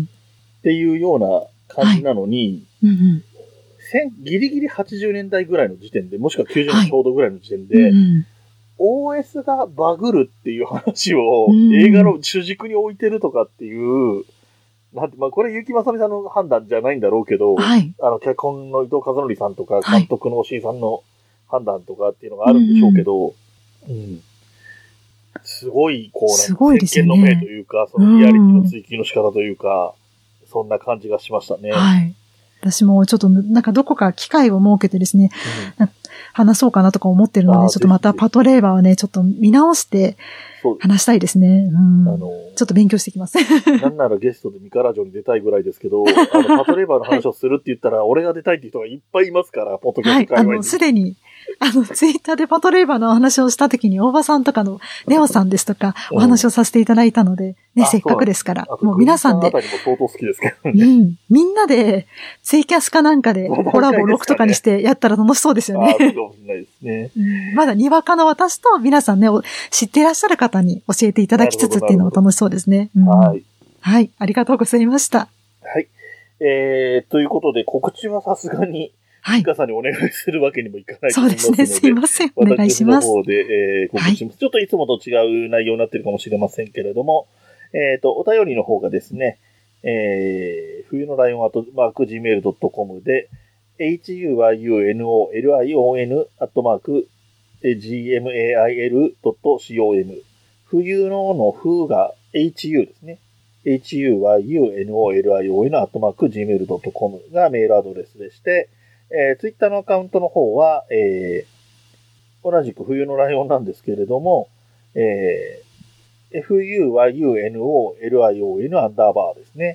っていうような感じなのに、 はい、うんうんギリギリはちじゅうねんだいぐらいの時点で、もしくはきゅうじゅうねんちょうどぐらいの時点で、はい、うん、オーエス がバグるっていう話を映画の主軸に置いてるとかっていう、なんて、まあこれ結城まさみさんの判断じゃないんだろうけど、 はい、 あの、脚本の伊藤和則さんとか、監督の押井さんの判断とかっていうのがあるんでしょうけど、うん、うん、すごい、こう、 すごいですね、 先見の明というか、そのリアリティの追求の仕方というか、うん、そんな感じがしましたね。 はい。私もちょっとなんかどこか機会を設けてですね、うん、話そうかなとか思ってるので、ちょっとまたパトレーバーはね、ちょっと見直して話したいですね。うん、あのちょっと勉強してきます。 なんならゲストでミカラジオに出たいぐらいですけど、あのパトレーバーの話をするって言ったら、はい、俺が出たいっていう人がいっぱいいますから、ポッドキャスト界隈に。はい、あの、 すでに、あの、ツイッターでパトレーバーの話をしたときに、大場さんとかのネオさんですとか、お話をさせていただいたので、ね、せっかくですから、もう皆さんで。 あたりも相当好きですけどね。うん。みんなで、ツイキャスかなんかでコラボろくとかにしてやったら楽しそうですよね。 あ、そうかもしれないですね。 うん、まだにわかの私と皆さんね、知っていらっしゃる方に教えていただきつつっていうのも楽しそうですね。うん、はい。はい。ありがとうございました。 はい。えー、ということで、告知はさすがに、はい。ミカさんにお願いするわけにもいかないと思いますので。 そうですね。すいません。お願いします。 私の方で、えー、告知します、はい。ちょっといつもと違う内容になっているかもしれませんけれども、えっ、ー、と、お便りの方がですね、えー、冬のライオンアットマーク ジーメールドットコム で、エイチユーワイユーエヌオーエルアイオーエヌ アットマーク ジーエムエーアイエルドットコム 冬のの風が エイチユー ですね。エイチユーワイユーエヌオーエルアイオーエヌ アットマーク ジーメールドットコム がメールアドレスでして、えー、ツイッターのアカウントの方は、えー、同じく冬のライオンなんですけれども、えー、フユーワイユーエヌオーエルアイオーエヌ アンダーバーですね。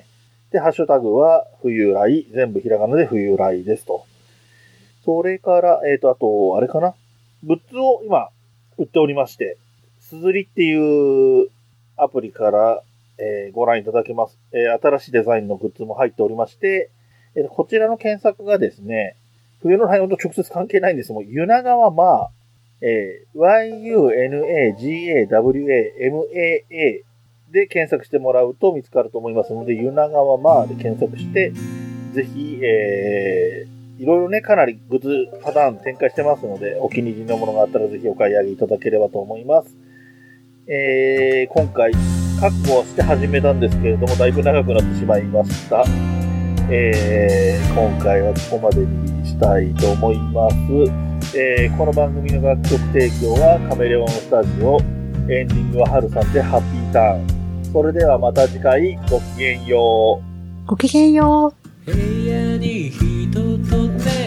で、ハッシュタグは冬来、全部ひらがなで冬来ですと。それから、えっと、あと、あれかな。グッズを今、売っておりまして、すずりっていうアプリから、えー、ご覧いただけます。えー、新しいデザインのグッズも入っておりまして、えー、こちらの検索がですね、冬のライオンと直接関係ないんですもう、ユナガワマー、えー、ワイユーエヌエージーエーダブリューエーエムエーエー で検索してもらうと見つかると思いますので、ユナガワマーで検索して、ぜひ、えー、いろいろね、かなりグッズパターン展開してますので、お気に入りのものがあったらぜひお買い上げいただければと思います。えー、今回、覚悟をして始めたんですけれども、だいぶ長くなってしまいました。えー、今回はここまでにしたいと思います。えー、この番組の楽曲提供はカメレオンスタジオ、エンディングはハルさんでハッピーターン。それではまた次回ごきげんよう。 ごきげんよう。 部屋に人とね